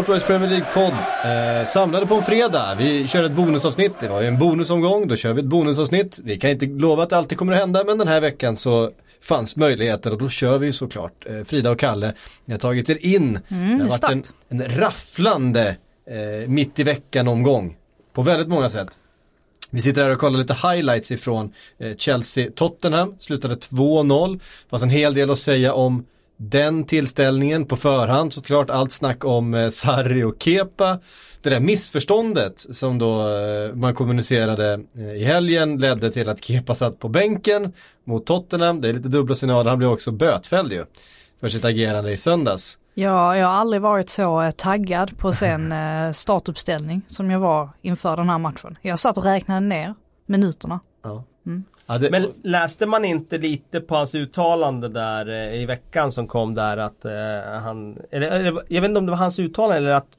Sportbladets Premier League-podd samlade på en fredag. Vi kör ett bonusavsnitt. Det var ju en bonusomgång, då kör vi ett bonusavsnitt. Vi kan inte lova att det alltid kommer att hända, men den här veckan så fanns möjligheter och då kör vi såklart. Frida och Kalle, ni har tagit er in. Det har varit en rafflande mitt i veckan omgång på väldigt många sätt. Vi sitter här och kollar lite highlights ifrån Chelsea-Tottenham. Slutade 2-0. Fast en hel del att säga om den tillställningen på förhand. Såklart allt snack om Sarri och Kepa. Det där missförståndet som då man kommunicerade i helgen ledde till att Kepa satt på bänken mot Tottenham. Det är lite dubbla signaler. Han blev också bötfälld ju för sitt agerande i söndags. Ja, jag har aldrig varit så taggad på sen startuppställning som jag var inför den här matchen. Jag satt och räknade ner minuterna. Ja. Mm. Ja, men läste man inte lite på hans uttalande där i veckan som kom där att han, eller jag vet inte om det var hans uttalande eller att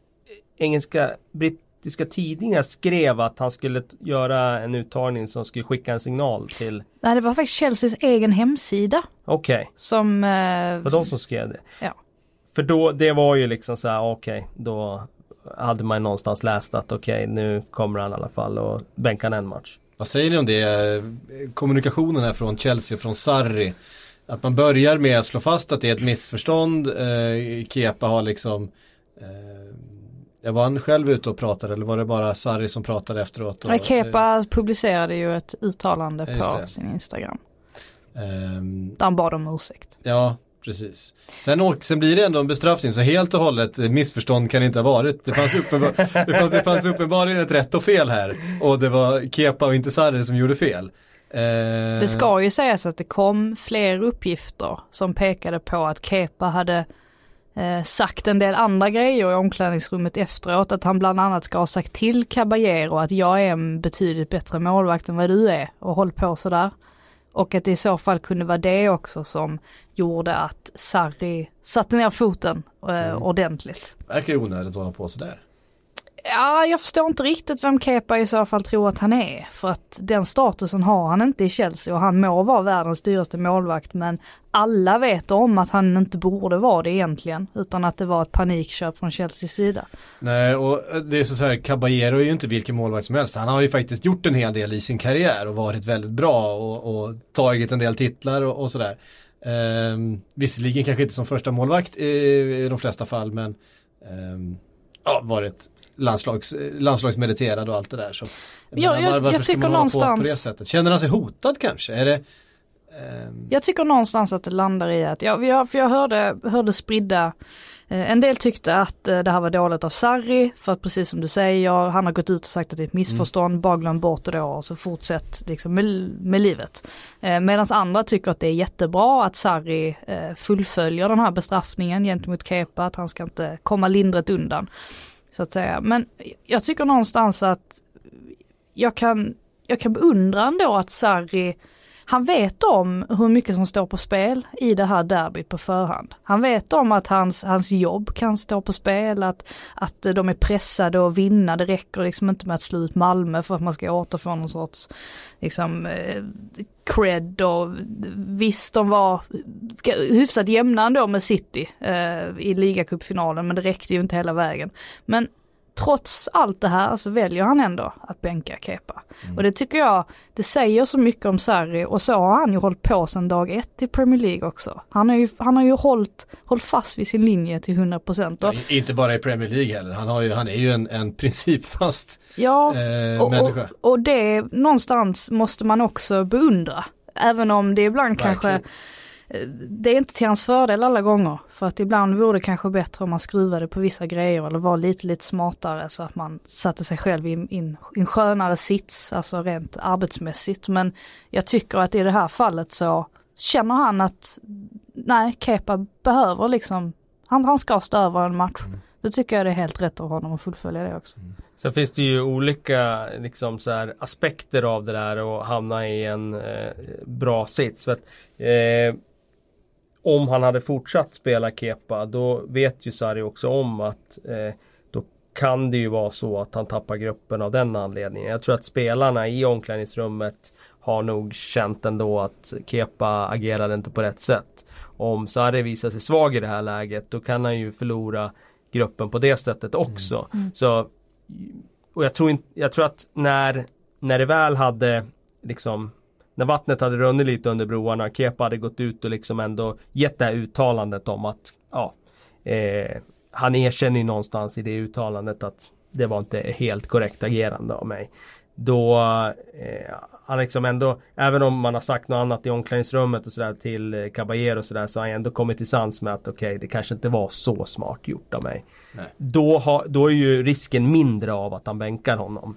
brittiska tidningar skrev att han skulle göra en uttagning som skulle skicka en signal till... Nej, det var faktiskt Chelseas egen hemsida. Okej. Som... var de som skrev det? Ja. För då, det var ju liksom så här, då hade man någonstans läst att nu kommer han i alla fall och bänkar en match. Vad säger ni om det? Kommunikationen här från Chelsea och från Sarri. Att man börjar med att slå fast att det är ett missförstånd. Kepa har liksom... var han själv ute och pratade eller var det bara Sarri som pratade efteråt? Kepa publicerade ju ett uttalande på sin Instagram. Där han bad om ursäkt. Ja, precis. Sen blir det ändå en bestraffning, så helt och hållet missförstånd kan det inte ha varit. Det fanns uppenbarligen ett rätt och fel här. Och det var Kepa och inte Sarri som gjorde fel. Det ska ju sägas att det kom fler uppgifter som pekade på att Kepa hade sagt en del andra grejer i omklädningsrummet efteråt. Att han bland annat ska ha sagt till Caballero att jag är en betydligt bättre målvakt än vad du är. Och håll på sådär. Och att det i så fall kunde vara det också som gjorde att Sarri satte ner foten ordentligt. Verkar onödigt att hålla på sådär. Ja, jag förstår inte riktigt vem Kepa i så fall tror att han är. För att den statusen har han inte i Chelsea och han må vara världens dyraste målvakt. Men alla vet om att han inte borde vara det egentligen. Utan att det var ett panikköp från Chelseas sida. Nej, och det är så här, Caballero är ju inte vilken målvakt som helst. Han har ju faktiskt gjort en hel del i sin karriär och varit väldigt bra och tagit en del titlar och sådär. Visserligen kanske inte som första målvakt i de flesta fall, men varit landslagsmeriterad och allt det där. Så, jag tycker någonstans... På det sättet? Känner han sig hotad kanske? Är det... Jag tycker någonstans att det landar i att jag hörde spridda, en del tyckte att det här var dåligt av Sarri för att precis som du säger, han har gått ut och sagt att det är ett missförstånd, bara glöm bort det då och så fortsätt liksom med livet. Medan andra tycker att det är jättebra att Sarri fullföljer den här bestraffningen gentemot Kepa, att han ska inte komma lindret undan så att säga. Men jag tycker någonstans att jag kan beundra ändå att Sarri, han vet om hur mycket som står på spel i det här derbyt på förhand. Han vet om att hans jobb kan stå på spel, att de är pressade och vinna. Det räcker liksom inte med att slå ut Malmö för att man ska återfå någon sorts liksom, cred. Och visst, de var hyfsat jämna ändå med City i ligacupfinalen, men det räckte ju inte hela vägen. Men trots allt det här så väljer han ändå att bänka Kepa. Och det tycker jag, det säger så mycket om Sarri, och så har han ju hållit på sedan dag 1 i Premier League också. Han har ju hållit fast vid sin linje till 100%. Och, inte bara i Premier League heller. Han är ju en principfast människa. Och det någonstans måste man också beundra. Även om det ibland kanske... Det är inte till hans fördel alla gånger, för att ibland vore det kanske bättre om man skruvade på vissa grejer eller var lite smartare så att man satte sig själv i en skönare sits, alltså rent arbetsmässigt. Men jag tycker att i det här fallet så känner han att nej, Kepa behöver liksom, han ska stå över en match. Då tycker jag det är helt rätt av honom att fullfölja det också. Så finns det ju olika liksom, så här, aspekter av det där och hamna i en bra sits. För att, om han hade fortsatt spela Kepa, då vet ju Sarri också om att då kan det ju vara så att han tappar gruppen av den anledningen. Jag tror att spelarna i omklädningsrummet har nog känt ändå att Kepa agerade inte på rätt sätt. Om Sarri visar sig svag i det här läget, då kan han ju förlora gruppen på det sättet också. Så, och jag tror att när det väl hade liksom, när vattnet hade runnit lite under broarna, Kepa hade gått ut och liksom ändå gett det här uttalandet om att han erkänner ju någonstans i det uttalandet att det var inte helt korrekt agerande av mig. Då han liksom ändå, även om man har sagt något annat i omklädningsrummet och sådär till Caballero och sådär, så har han ändå kommit till sans med att okej, det kanske inte var så smart gjort av mig. Då är ju risken mindre av att han bänkar honom.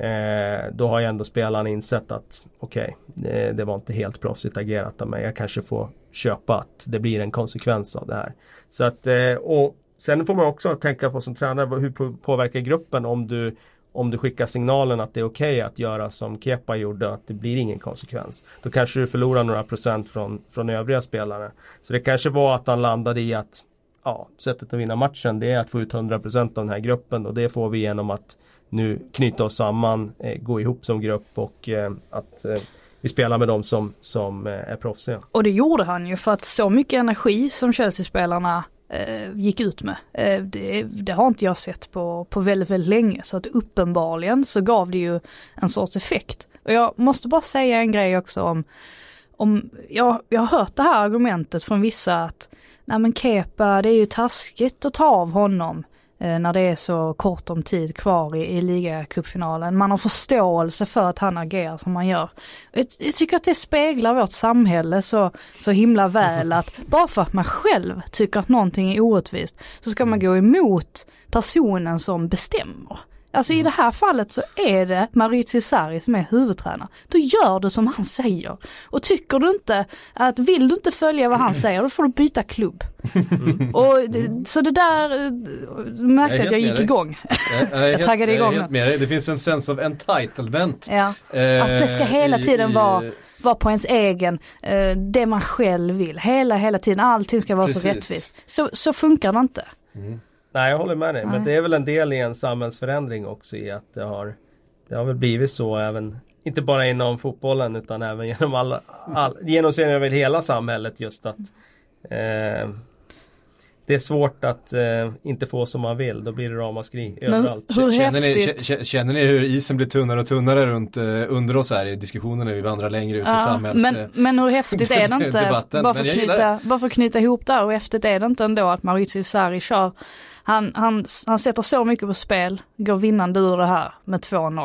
Då har ju ändå spelaren insett att det var inte helt proffsigt agerat av mig. Jag kanske får köpa att det blir en konsekvens av det här. Så att, och sen får man också tänka på som tränare, hur påverkar gruppen om du skickar signalen att det är okej att göra som Kepa gjorde, att det blir ingen konsekvens. Då kanske du förlorar några procent från övriga spelare. Så det kanske var att han landade i att sättet att vinna matchen, det är att få ut 100% av den här gruppen, och det får vi genom att nu knyta oss samman, gå ihop som grupp och att vi spelar med dem som är proffsiga. Och det gjorde han ju, för att så mycket energi som Chelsea-spelarna gick ut med. Det har inte jag sett på väldigt, väldigt länge. Så att uppenbarligen så gav det ju en sorts effekt. Och jag måste bara säga en grej också om jag har hört det här argumentet från vissa att nej men Kepa, det är ju taskigt att ta av honom när det är så kort om tid kvar i ligacupfinalen. Man har förståelse för att han agerar som man gör. Jag tycker att det speglar vårt samhälle så himla väl, att bara för att man själv tycker att någonting är orättvist så ska man gå emot personen som bestämmer. Alltså i det här fallet så är det Maurizio Sarri som är huvudtränare. Då gör du som han säger. Och tycker du inte att, vill du inte följa vad han säger, då får du byta klubb. Och så det där märkte att jag gick igång. Jag taggade igång. Det finns en sense of entitlement. Ja. Att det ska hela tiden vara på ens egen, det man själv vill. Hela tiden, allting ska vara så rättvist. Så funkar det inte. Nej, jag håller med dig. Men det är väl en del i en samhällsförändring också, i att det har väl blivit så även, inte bara inom fotbollen utan även genom hela samhället, just att det är svårt att inte få som man vill. Då blir det ramaskri överallt. Känner ni hur isen blir tunnare och tunnare runt under oss här i diskussionen när vi vandrar längre ut i samhälls... Men hur häftigt är det inte? Bara för att knyta ihop där, och häftigt är det inte ändå att Maurizio Sarri kör. Han sätter så mycket på spel, går vinnande ur det här med 2-0.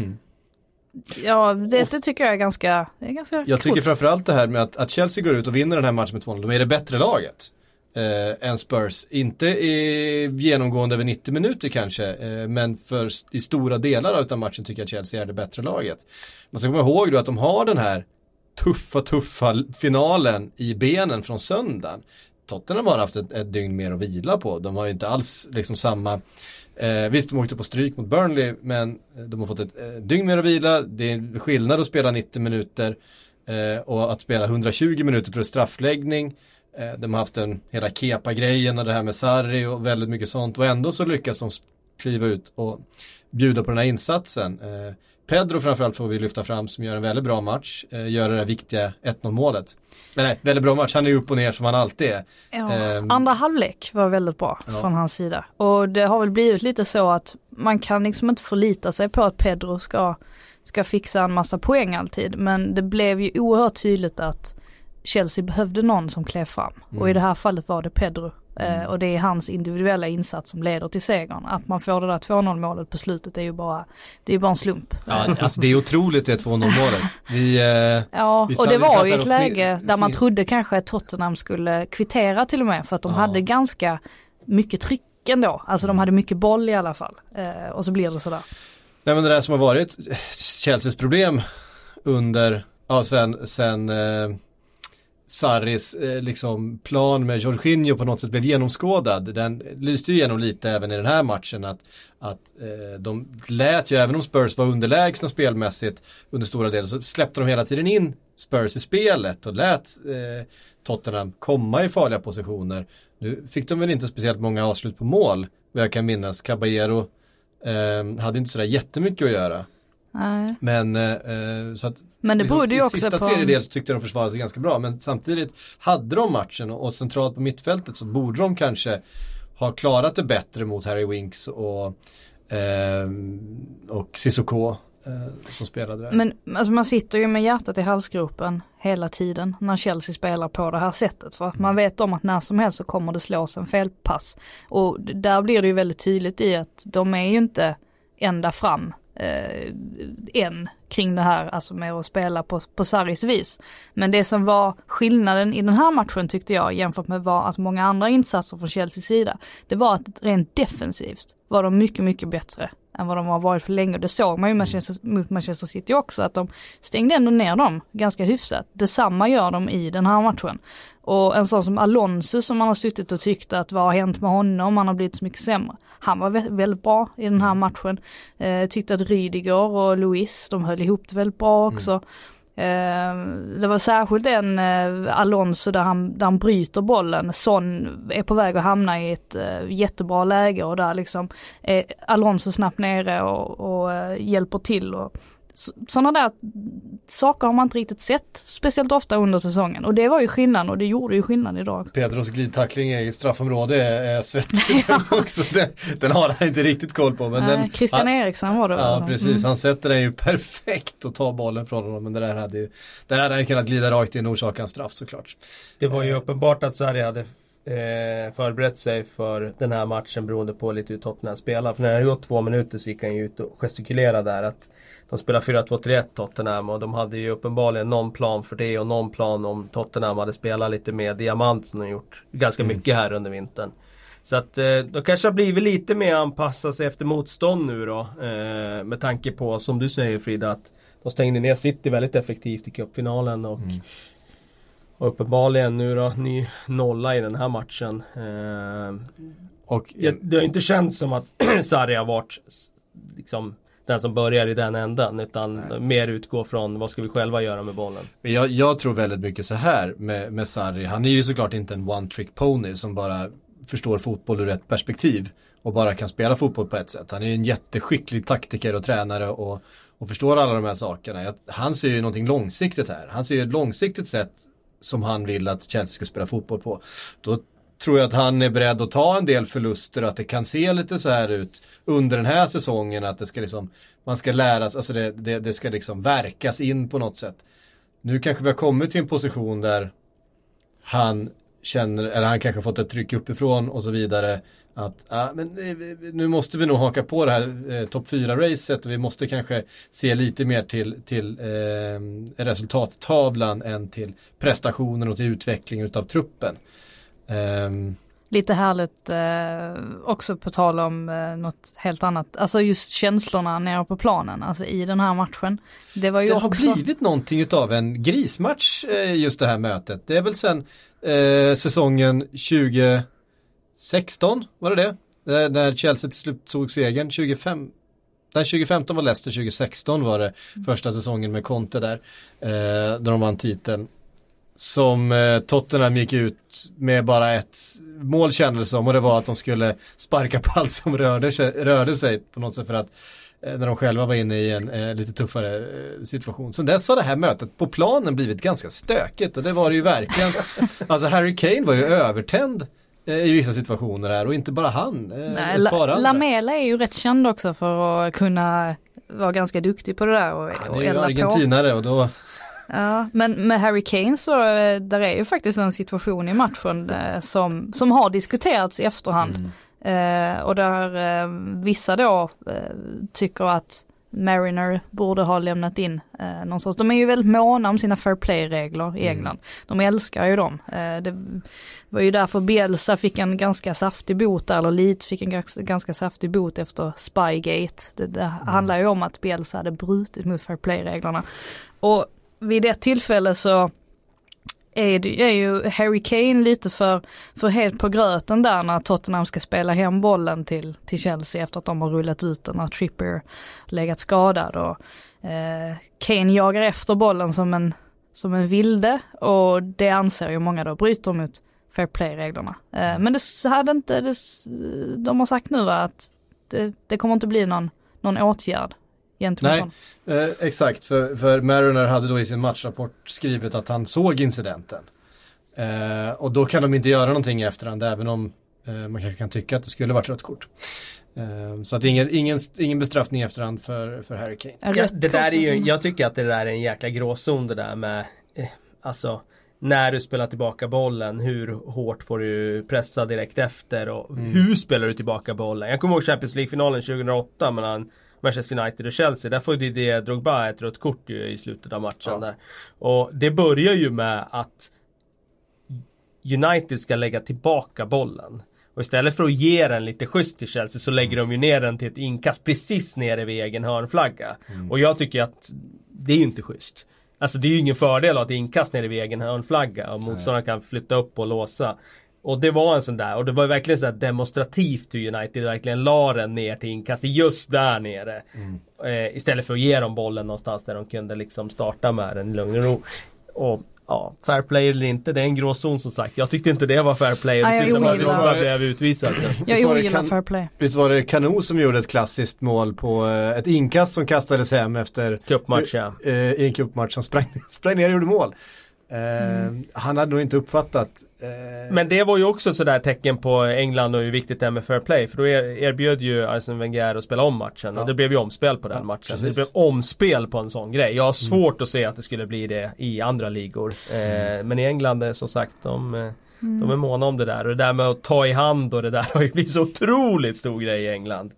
Ja, det tycker jag är ganska jag tycker framförallt det här med att Chelsea går ut och vinner den här matchen med 2-0. De är det bättre laget än Spurs. Inte genomgående över 90 minuter kanske, men i stora delar av matchen tycker jag att Chelsea är det bättre laget. Man ska komma ihåg då att de har den här tuffa finalen i benen från söndagen. Tottenham har haft ett dygn mer att vila på. De har ju inte alls liksom samma... visst, de åkte på stryk mot Burnley, men de har fått ett dygn mer att vila. Det är skillnad att spela 90 minuter och att spela 120 minuter plus straffläggning. De har haft hela Kepa-grejen och det här med Sarri och väldigt mycket sånt. Och ändå så lyckas de kliva ut och bjuda på den här insatsen. Pedro framförallt får vi lyfta fram, som gör en väldigt bra match. Gör det där viktiga 1-0 målet. Nej, väldigt bra match. Han är upp och ner som han alltid är. Ja, andra halvlek var väldigt bra från hans sida. Och det har väl blivit lite så att man kan liksom inte förlita sig på att Pedro ska fixa en massa poäng alltid. Men det blev ju oerhört tydligt att Chelsea behövde någon som klev fram. Och i det här fallet var det Pedro. Och det är hans individuella insats som leder till segern. Att man får det där 2-0 målet på slutet är ju bara en slump. Ja, alltså det är otroligt, det 2-0 målet. Och det var ju ett läge där man trodde kanske att Tottenham skulle kvittera till och med. För att de hade ganska mycket tryck ändå. Alltså de hade mycket boll i alla fall. Och så blir det sådär. Nej, men det där som har varit Chelseas problem under, sen Sarris liksom plan med Jorginho på något sätt blev genomskådad. Den lyste ju igenom lite även i den här matchen, att de lät ju, även om Spurs var underlägsna spelmässigt under stora delar, så släppte de hela tiden in Spurs i spelet och lät Tottenham komma i farliga positioner. Nu fick de väl inte speciellt många avslut på mål, vad jag kan minnas. Caballero hade inte sådär jättemycket att göra. Nej. Så att men det berodde ju också sista tredjedel så tyckte de försvarade sig ganska bra, men samtidigt hade de matchen och centralt på mittfältet så borde de kanske har klarat det bättre mot Harry Winks och Sissoko som spelade där. Men alltså, man sitter ju med hjärtat i halsgropen hela tiden när Chelsea spelar på det här sättet. För man vet om att när som helst så kommer det slås en felpass. Och där blir det ju väldigt tydligt i att de är ju inte ända fram än kring det här, alltså med att spela på Sarris vis. Men det som var skillnaden i den här matchen tyckte jag jämfört med alltså många andra insatser från Chelseas sida, det var att rent defensivt var de mycket, mycket bättre än vad de har varit för länge. Det såg man ju mot Manchester City också, att de stängde ändå ner dem ganska hyfsat. Detsamma gör de i den här matchen. Och en sån som Alonso som man har suttit och tyckt att vad har hänt med honom, han har blivit så mycket sämre. Han var väldigt bra i den här matchen. Tyckte att Rydiger och Luis, de höll ihop det väldigt bra också. Det var särskilt en Alonso där han bryter bollen. Son är på väg att hamna i ett jättebra läge och där liksom Alonso snabbt nere och hjälper till. Och sådana där saker har man inte riktigt sett speciellt ofta under säsongen. Och det var ju skillnad, och det gjorde ju skillnad idag. Pedros glidtackling i straffområde är svettig också. Den har han inte riktigt koll på. Men Christian Eriksen var det. Ja, precis. Han sätter den ju perfekt och tar bollen från honom. Men det där hade han kunnat glida rakt in och orsaka en straff såklart. Det var ju uppenbart att Sarri hade förberett sig för den här matchen beroende på lite hur Tottenham spelar. För när det hade gått 2 minuter så gick han ju ut och gestikulerade där att de spelar 4-2-3-1 Tottenham, och de hade ju uppenbarligen någon plan för det och någon plan om Tottenham hade spelat lite med diamant som de gjort ganska mycket här under vintern. Så att de kanske har blivit lite mer anpassa sig efter motstånd nu då, med tanke på, som du säger Frida, att de stängde ner City väldigt effektivt i cupfinalen och uppenbarligen nu då ny nolla i den här matchen. Och det har inte känts som att Sarri har varit liksom den som börjar i den ändan, utan mer utgå från vad ska vi själva göra med bollen. Jag tror väldigt mycket så här med Sarri. Han är ju såklart inte en one-trick pony som bara förstår fotboll ur ett perspektiv och bara kan spela fotboll på ett sätt. Han är ju en jätteskicklig taktiker och tränare och förstår alla de här sakerna. Han ser ju någonting långsiktigt här. Han ser ju ett långsiktigt sätt som han vill att Chelsea ska spela fotboll på. Då tror jag att han är beredd att ta en del förluster, att det kan se lite så här ut under den här säsongen, att det ska liksom, man ska läras, alltså det ska liksom verkas in på något sätt. Nu kanske vi har kommit till en position där han känner, eller han kanske fått ett tryck uppifrån och så vidare, att men nu måste vi nog haka på det här topp 4-racet, och vi måste kanske se lite mer till resultattavlan än till prestationen och till utveckling utav truppen. Lite härligt också på tal om något helt annat, alltså just känslorna nere på planen, alltså i den här matchen. Det var ju har blivit någonting utav en grismatch just det här mötet. Det är väl sen säsongen 2016 var det när Chelsea till slut tog segern. 2015 var Leicester, 2016 var det första säsongen med Conte där de vann titeln. Som Tottenham gick ut med bara ett mål kändes som, och det var att de skulle sparka på allt som rörde sig på något sätt, för att när de själva var inne i en lite tuffare situation. Så dess har det här mötet på planen blivit ganska stökigt, och det var det ju verkligen. Alltså Harry Kane var ju övertänd i vissa situationer här, och inte bara han. Nej, Lamela är ju rätt känd också för att kunna vara ganska duktig på det där och han är ju argentinare och då... Ja, men med Harry Kane så där är ju faktiskt en situation i matchen som har diskuterats i efterhand. Och där vissa då tycker att Mariner borde ha lämnat in någonstans. De är ju väldigt måna om sina fair play-regler i England. De älskar ju dem. Det var ju därför Bielsa fick en ganska saftig bot, eller Leeds fick en ganska saftig bot efter Spygate. Det handlar ju om att Bielsa hade brutit mot fair play-reglerna. Och vid det tillfälle så är ju Harry Kane lite för helt på gröten där när Tottenham ska spela hem bollen till Chelsea efter att de har rullat ut den när Trippier legat skadad, och Kane jagar efter bollen som en vilde, och det anser ju många då bryter mot fair play-reglerna. Men det hade inte, de har sagt nu att det kommer inte bli någon åtgärd. Nej, exakt, för Mariner hade då i sin matchrapport skrivit att han såg incidenten, och då kan de inte göra någonting i efterhand, även om man kanske kan tycka att det skulle varit rött kort. Så att ingen bestraffning i efterhand för Harry Kane. Ja, det där är ju, jag tycker att det där är en jäkla gråzon det där med alltså när du spelar tillbaka bollen, hur hårt får du pressa direkt efter och hur spelar du tillbaka bollen. Jag kommer ihåg Champions League-finalen 2008 mellan Manchester United och Chelsea. Där får det Drogba ett rött kort i slutet av matchen där. Och det börjar ju med att United ska lägga tillbaka bollen. Och istället för att ge den lite schysst till Chelsea så lägger de ju ner den till ett inkast precis nere vid egen hörnflagga. Och jag tycker att det är ju inte schysst. Alltså det är ju ingen fördel att ha ett inkast nere vid egen hörnflagga och motståndaren kan flytta upp och låsa. Och det var en sån där, och det var verkligen så här demonstrativt hur United verkligen la den ner till inkast just där nere. Istället för att ge dem bollen någonstans där de kunde liksom starta med den i lugn och ro. Och ja, fair play eller inte, det är en grå zon som sagt. Jag tyckte inte det var fair play. Jag blev utvisad. Jag ogillar fair play. Visst var det Kanu som gjorde ett klassiskt mål på ett inkast som kastades hem efter cupmatch, i en cupmatch som sprang ner och gjorde mål. Han hade nog inte uppfattat men det var ju också sådär tecken på England och hur viktigt det är med fair play, för då erbjöd ju Arsene Wenger att spela om matchen och det blev ju omspel på den matchen. Precis. Det blev omspel på en sån grej. Jag har svårt att se att det skulle bli det i andra ligor, men i England som sagt de är måna om det där, och det där med att ta i hand och det där har ju blivit så otroligt stor grej i England.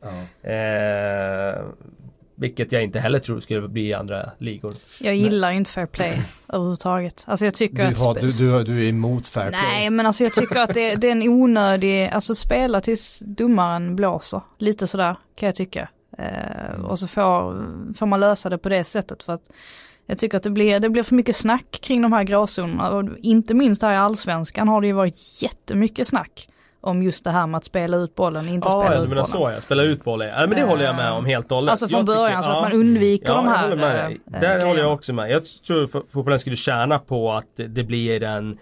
Vilket jag inte heller tror skulle bli i andra ligor. Jag gillar inte fair play överhuvudtaget. Alltså jag tycker du är emot fair play. Nej, men alltså jag tycker att det är en onödig, alltså spela tills domaren blåser. Lite sådär kan jag tycka. Och så får man lösa det på det sättet, för att jag tycker att det blir för mycket snack kring de här gråzonerna. Och inte minst här i Allsvenskan har det ju varit jättemycket snack om just det här med att spela ut bollen, inte spela ut bollen. Så spela ut bollen. Ja, men det håller jag med om helt och hållet. Alltså från början så att man undviker de här. Där håller jag också med. Jag tror fotbollen skulle tjäna på att det blir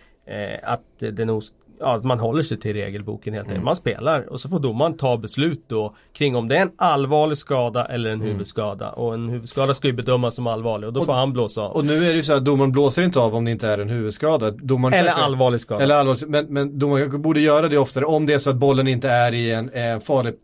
att man håller sig till regelboken helt enkelt. Man spelar och så får domaren ta beslut då kring om det är en allvarlig skada eller en huvudskada. Och en huvudskada ska ju bedömas som allvarlig och då får han blåsa av. Och nu är det ju så att domaren blåser inte av om det inte är en huvudskada. Eller allvarlig skada. Eller allvarlig, men domaren borde göra det oftare om det är så att bollen inte är i en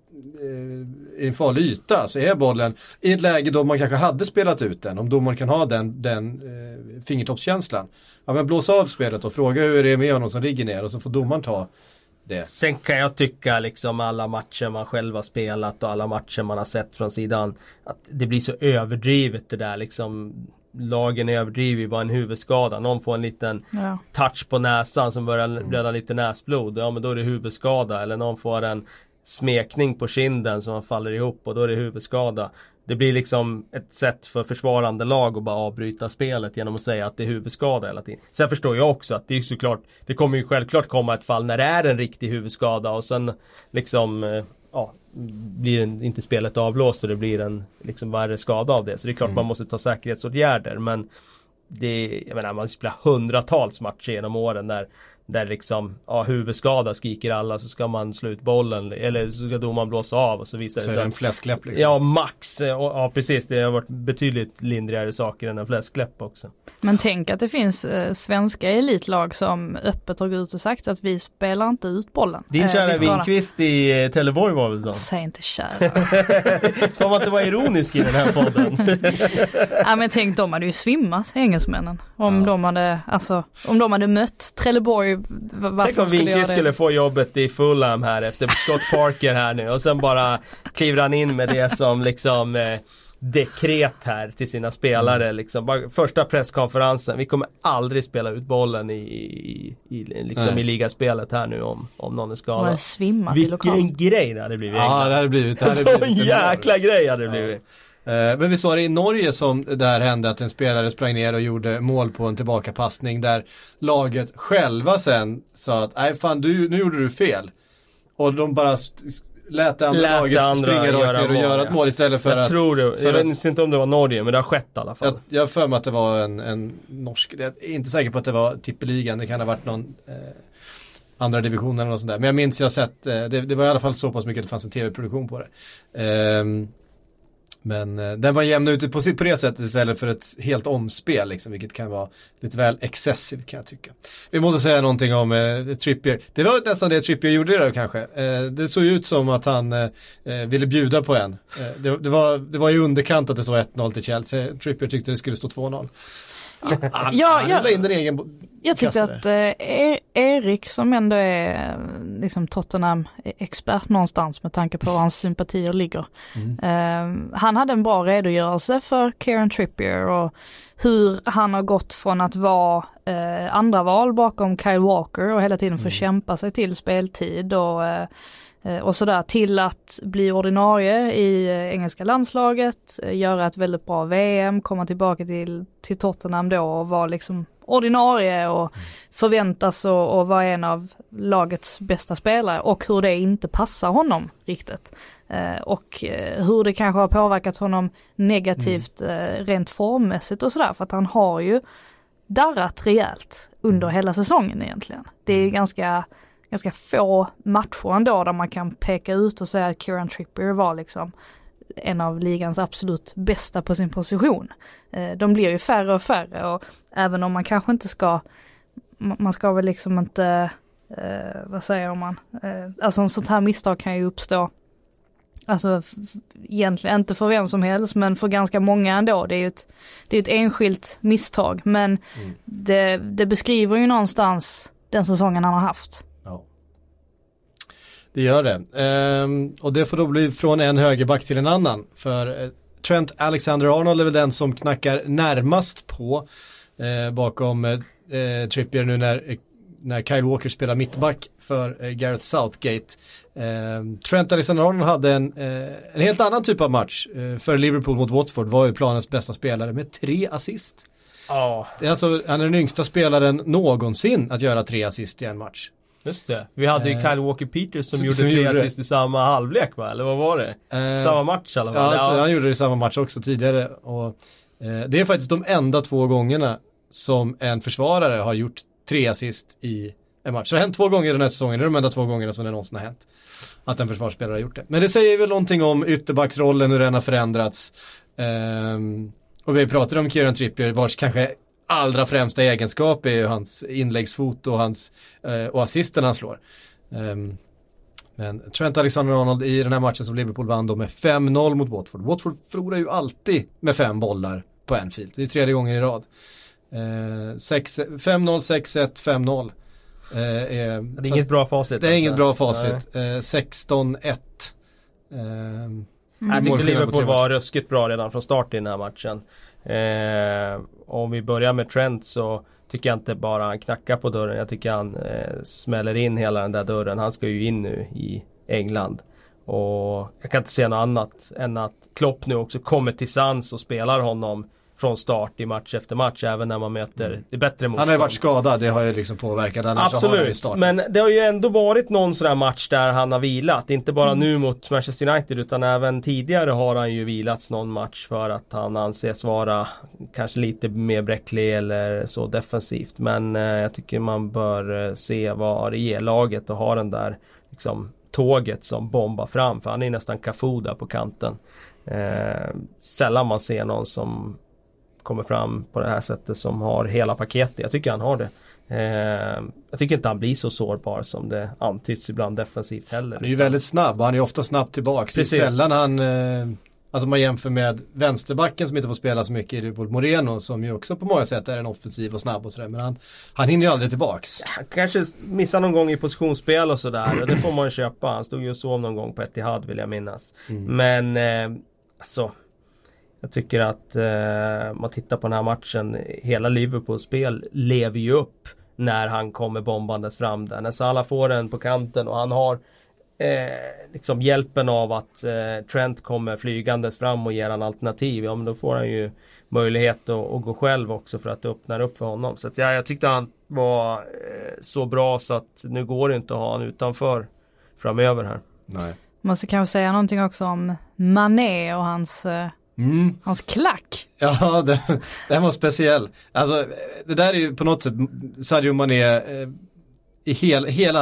farlig yta. Så är bollen i ett läge då man kanske hade spelat ut den. Om domaren kan ha den fingertoppskänslan. Ja, men blåsa av spelet och fråga hur det är med honom som ligger ner och så får domaren ta det. Sen kan jag tycka liksom alla matcher man själv har spelat och alla matcher man har sett från sidan att det blir så överdrivet det där liksom. Lagen överdriver bara en huvudskada. Någon får en liten touch på näsan som börjar blöda lite näsblod. Ja, men då är det huvudskada. Eller någon får en smekning på kinden som man faller ihop och då är det huvudskada. Det blir liksom ett sätt för försvarande lag att bara avbryta spelet genom att säga att det är huvudskada hela tiden. Sen förstår jag också att det är såklart, det kommer ju självklart komma ett fall när det är en riktig huvudskada och sen liksom blir inte spelet avblåst och det blir en liksom värre skada av det. Så det är klart man måste ta säkerhetsåtgärder, men jag menar, man spelar hundratals matcher genom åren där liksom, huvudskada skriker alla, så ska man slå ut bollen eller så ska domaren blåsa av och så visar det sig. Så är det en fläskläpp liksom. Ja, max. Ja, precis. Det har varit betydligt lindrigare saker än en fläskläpp också. Men tänk att det finns svenska elitlag som öppet har gått ut och sagt att vi spelar inte ut bollen. Din kära Winqvist i Teleborg var väl så? Säg inte kära. Får man inte vara ironisk i den här podden? Ja, men tänk, de hade ju svimmat, engelsmännen. Om de hade mött Trelleborg. Tänk om Winqvist skulle få jobbet i Fulham här efter Scott Parker här nu och sen bara kliver han in med det som liksom dekret här till sina spelare liksom. Bara första presskonferensen, vi kommer aldrig spela ut bollen i ligaspelet här nu om någon är skadad. Vilken grej det hade blivit. Ja, det hade blivit. En jäkla grej hade det blivit. Men vi sa det i Norge som där hände att en spelare sprang ner och gjorde mål på en tillbakapassning där laget själva sen sa att nej fan, nu gjorde du fel. Och de bara lät det andra laget springa rakt ner och göra ett mål istället för jag vet inte om det var Norge, men det har skett i alla fall. Jag för mig att det var en norsk, jag är inte säker på att det var tippeligan, det kan ha varit någon andra divisionen eller något sånt där. Men jag minns jag har sett, det var i alla fall så pass mycket att det fanns en tv-produktion på det. Men den var jämn ute på det sättet istället för ett helt omspel liksom, vilket kan vara lite väl excessivt kan jag tycka. Vi måste säga någonting om Trippier. Det var nästan det Trippier gjorde där kanske. Det såg ut som att han ville bjuda på en. Det var ju underkant att det stod 1-0 till Chelsea. Trippier tyckte det skulle stå 2-0. Han in den egen jag tyckte att Erik som ändå är liksom Tottenham-expert någonstans med tanke på var hans sympatier ligger. Han hade en bra redogörelse för Kieran Trippier och hur han har gått från att vara andra val bakom Kyle Walker och hela tiden få kämpa sig till speltid och sådär till att bli ordinarie i engelska landslaget, göra ett väldigt bra VM, komma tillbaka till Tottenham då och vara liksom ordinarie och förväntas och vara en av lagets bästa spelare och hur det inte passar honom riktigt. Och hur det kanske har påverkat honom negativt rent formmässigt och sådär, för att han har ju darrat rejält under hela säsongen egentligen. Det är ju ganska få matcher ändå där man kan peka ut och säga att Kieran Trippier var liksom en av ligans absolut bästa på sin position. De blir ju färre och färre och även om man kanske inte man ska väl liksom inte, vad säger man, alltså en sånt här misstag kan ju uppstå, alltså egentligen inte för vem som helst men för ganska många ändå. Det är ju ett enskilt misstag men det beskriver ju någonstans den säsongen han har haft. Det gör det. Och det får då bli från en högerback till en annan. För Trent Alexander-Arnold är väl den som knackar närmast på bakom Trippier nu när Kyle Walker spelar mittback för Gareth Southgate. Trent Alexander-Arnold hade en helt annan typ av match. För Liverpool mot Watford var ju planens bästa spelare med 3 assist. Det är alltså, han är den yngsta spelaren någonsin att göra 3 assist i en match. Just det. Vi hade ju Kyle Walker-Peters som gjorde 3 assist i samma halvlek, va? Eller vad var det? Samma match i alla fall. Ja, han gjorde det i samma match också tidigare. Och, det är faktiskt de enda 2 gångerna som en försvarare har gjort 3 assist i en match. Så det har hänt 2 gånger den här säsongen. Det är de enda 2 gångerna som det någonsin har hänt. Att en försvarsspelare har gjort det. Men det säger väl någonting om ytterbacksrollen, hur den har förändrats. Och vi pratade om Kieran Trippier, vars kanske allra främsta egenskap är ju hans inläggsfot och och assisten han slår. Men Trent Alexander-Arnold i den här matchen som Liverpool vann då med 5-0 mot Watford. Watford förlorar ju alltid med 5 bollar på Anfield. Det är 3:e gången i rad. 5-0, 6-1, 5-0. Det är inget bra facit. Det är inget bra facit. 16-1. Jag tyckte Liverpool var ruskigt bra redan från start i den här matchen. Om vi börjar med Trent så tycker jag inte bara han knackar på dörren. Jag tycker han smäller in hela den där dörren. Han ska ju in nu i England. Och jag kan inte se något annat än att Klopp nu också kommer till sans och spelar honom från start i match efter match, även när man möter det bättre motstånd. Han har ju varit skadad, det har ju liksom påverkat. Absolut, men det har ju ändå varit någon sån här match där han har vilat. Inte bara nu mot Manchester United, utan även tidigare har han ju vilats någon match för att han anses vara kanske lite mer bräcklig eller så defensivt. Men jag tycker man bör se vad det ger laget och ha den där liksom tåget som bombar fram, för han är nästan Cafuda på kanten. Sällan man ser någon som kommer fram på det här sättet som har hela paketet. Jag tycker han har det. Jag tycker inte han blir så sårbar som det antyds ibland defensivt heller. Han är ju väldigt snabb och han är ofta snabbt tillbaka. Precis. Det är sällan han, alltså man jämför med vänsterbacken som inte får spela så mycket i Liverpool, Moreno, som ju också på många sätt är en offensiv och snabb och sådär, men han hinner ju aldrig tillbaks. Han kanske missar någon gång i positionsspel och sådär, och det får man köpa. Han stod ju och sov någon gång på Etihad, vill jag minnas. Men alltså, jag tycker att man tittar på den här matchen, hela Liverpools spel lever ju upp när han kommer bombandes fram där. När Salah får den på kanten och han har liksom hjälpen av att Trent kommer flygandes fram och ger han alternativ, ja men då får han ju möjlighet att gå själv också, för att det öppnar upp för honom. Så att jag tyckte han var så bra så att nu går det inte att ha han utanför framöver här. Nej. Måste kanske säga någonting också om Mané och hans klack. Ja, den var speciell. Alltså, det där är ju på något sätt Sadio Mané i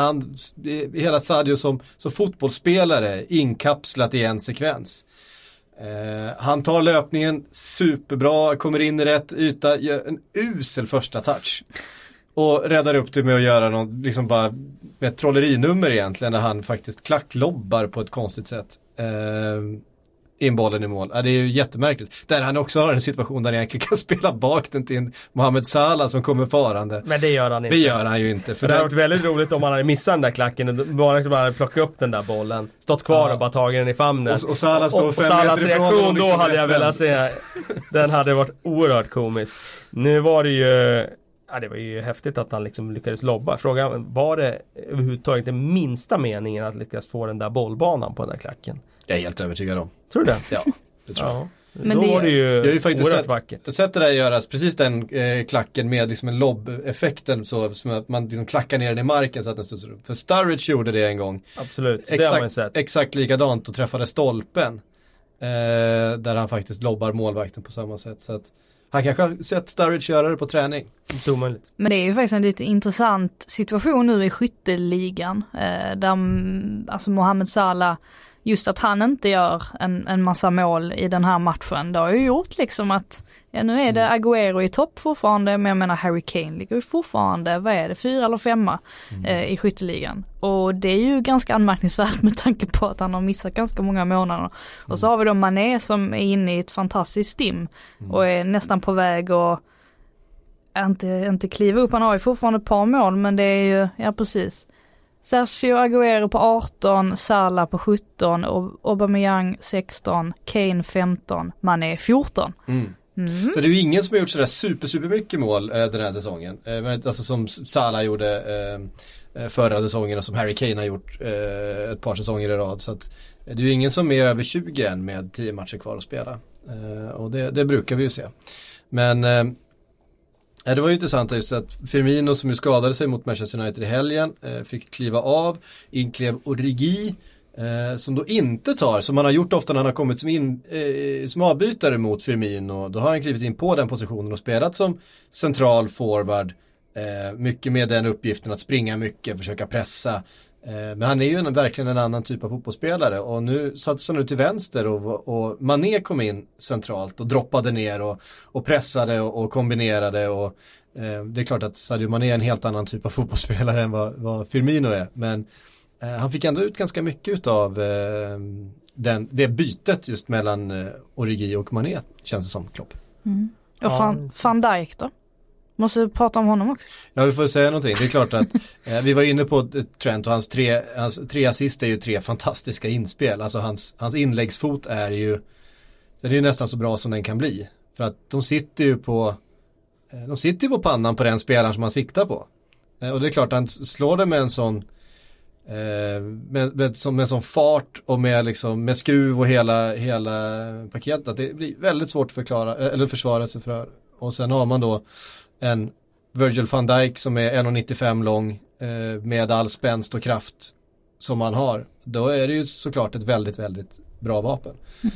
hela Sadio som fotbollsspelare inkapslat i en sekvens. Han tar löpningen superbra, kommer in i rätt yta, gör en usel första touch. Och räddar upp det med att göra något, liksom bara med ett trollerinummer egentligen, där han faktiskt klacklobbar på ett konstigt sätt. In bollen i mål. Det är ju jättemärkligt. Där han också har en situation där han egentligen kan spela bak den till Mohamed Salah som kommer farande. Men det gör han inte. Det gör han ju inte. För det hade varit väldigt roligt om han hade missat den där klacken och bara hade plockat upp den där bollen. Stått kvar och bara tagit den i famnen. Och Salah står 5 meter ifrån reaktion liksom, då hade jag velat se. Den hade varit oerhört komisk. Nu var det ju... Ja, det var ju häftigt att han liksom lyckades lobba. Frågan, var det överhuvudtaget den minsta meningen att lyckas få den där bollbanan på den där klacken? Jag är helt övertygad om. Tror du det? Ja, det tror jag. Men då det, var det ju jag har ju faktiskt vackert. sett det där göras, precis den klacken med liksom en lobb-effekten, så som att man liksom klackar ner den i marken så att den studsar upp. För Sturridge gjorde det en gång. Absolut, det har man sett. Exakt likadant och träffade stolpen. Där han faktiskt lobbar målvakten på samma sätt. Så att han kanske har sett Sturridge göra det på träning. Men det är ju faktiskt en lite intressant situation nu i skytteligan. Där alltså Mohamed Salah, just att han inte gör en massa mål i den här matchen, det har ju gjort liksom att nu är det Agüero i topp fortfarande, men jag menar Harry Kane ligger ju fortfarande, vad är det, 4 eller 5 i skytteligan. Och det är ju ganska anmärkningsvärt med tanke på att han har missat ganska många månader. Och så har vi då Mané som är inne i ett fantastiskt stim och är nästan på väg att inte kliva upp. Han har ju fortfarande ett par mål, men det är ju, ja precis. Sergio Agüero på 18, Salah på 17, Aubameyang 16, Kane 15, Mané 14. Så det är ju ingen som har gjort sådär super mycket mål den här säsongen. Alltså som Salah gjorde förra säsongen och som Harry Kane har gjort ett par säsonger i rad. Så att det är ju ingen som är över 20 än med 10 matcher kvar att spela. Och det brukar vi ju se. Men det var ju intressant just att Firmino, som ju skadade sig mot Manchester United i helgen, fick kliva av. Inklev Origi, som då inte tar, som han har gjort ofta när han har kommit som avbytare mot Firmino. Då har han klivit in på den positionen och spelat som central forward. Mycket med den uppgiften att springa mycket, försöka pressa. Men han är ju verkligen en annan typ av fotbollsspelare. Och nu satsar han ut till vänster och Mané kom in centralt och droppade ner och pressade och kombinerade. Och det är klart att Sadio Mané är en helt annan typ av fotbollsspelare än vad Firmino är. Men han fick ändå ut ganska mycket av det bytet just mellan Origi och Mané, känns det som, Klopp. Och Van Dijk då? Måste prata om honom också. Ja, vi får säga någonting. Det är klart att vi var inne på Trent och hans tre assist är ju 3 fantastiska inspel. Alltså hans inläggsfot är ju nästan så bra som den kan bli. För att de sitter ju på pannan på den spelaren som han siktar på. Och det är klart att han slår det med en sån med sån fart och med skruv och hela paketet, att det blir väldigt svårt att försvara sig för. Och sen har man då en Virgil van Dijk som är 1,95 lång med all spänst och kraft som han har. Då är det ju såklart ett väldigt, väldigt bra vapen.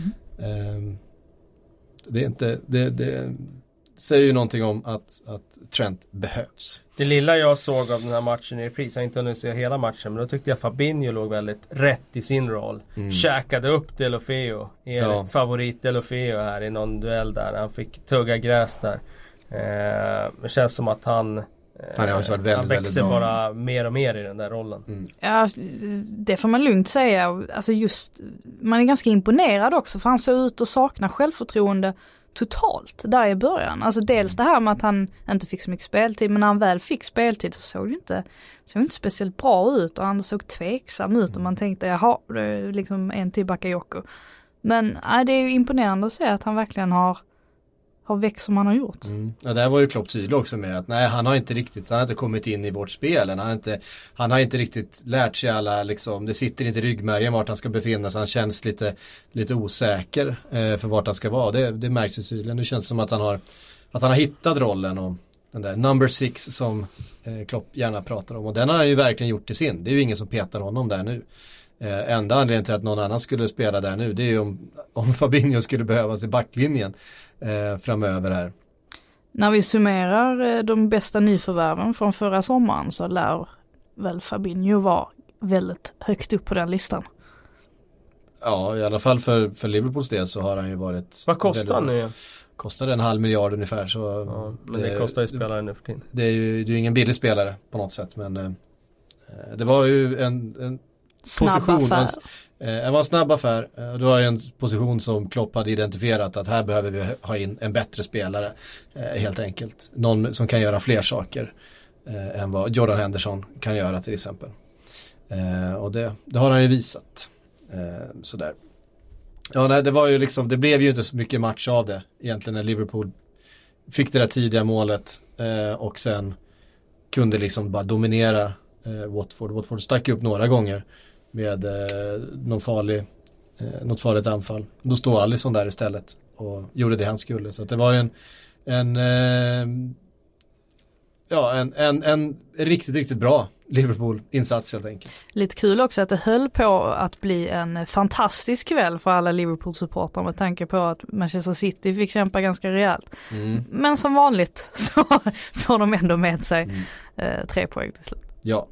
Det säger ju någonting om att Trent behövs. Det lilla jag såg av den här matchen i repris, jag har inte hunnit se hela matchen, men då tyckte jag Fabinho låg väldigt rätt i sin roll. Käkade upp Deulofeu, favorit Deulofeu här i någon duell där. Han fick tugga gräs där. Det känns som att han växer bara mer och mer i den där rollen. Ja, det får man lugnt säga. Alltså just, man är ganska imponerad också, för han ser ut att sakna självförtroende totalt där i början. Alltså dels det här med att han inte fick så mycket speltid, men när han väl fick speltid så såg det inte speciellt bra ut och han såg tveksam ut och man tänkte, jaha, det är liksom en till Bakayoko. Men det är ju imponerande att se att han verkligen har växt som han har gjort. Ja, där var ju Klopp tydlig också med att han har inte kommit in i vårt spel. Han har inte riktigt lärt sig alla, liksom, det sitter inte i ryggmärgen vart han ska befinna sig. Han känns lite osäker för vart han ska vara. Det märks ju tydligen. Det känns som att han har hittat rollen och den där number 6 som Klopp gärna pratar om. Och den har han ju verkligen gjort till sin. Det är ju ingen som petar honom där nu. Enda anledningen till att någon annan skulle spela där nu, det är ju om Fabinho skulle behövas i backlinjen framöver här. När vi summerar de bästa nyförvärven från förra sommaren så lär väl Fabinho vara väldigt högt upp på den listan. Ja, i alla fall för Liverpools del så har han ju varit... Vad kostar han nu? Kostar 500 miljoner ungefär. Så ja, men det kostar ju spelaren nu för tiden. Det är ju ingen billig spelare på något sätt. Men det var ju en snabb affär. Det var en snabb affär. Det var ju en position som Klopp hade identifierat att här behöver vi ha in en bättre spelare. Helt enkelt. Någon som kan göra fler saker än vad Jordan Henderson kan göra till exempel. Och det har han ju visat. Sådär. Ja, nej, det var ju liksom, det blev ju inte så mycket match av det egentligen när Liverpool fick det där tidiga målet och sen kunde liksom bara dominera Watford. Watford stack upp några gånger med något farligt anfall. Då stod Alisson där istället och gjorde det han skulle. Så att det var ju en riktigt, riktigt bra Liverpool-insats helt enkelt. Lite kul också att det höll på att bli en fantastisk kväll för alla Liverpool-supportrar med tanke på att Manchester City fick kämpa ganska rejält. Men som vanligt så får de ändå med sig 3 poäng till slut. Ja.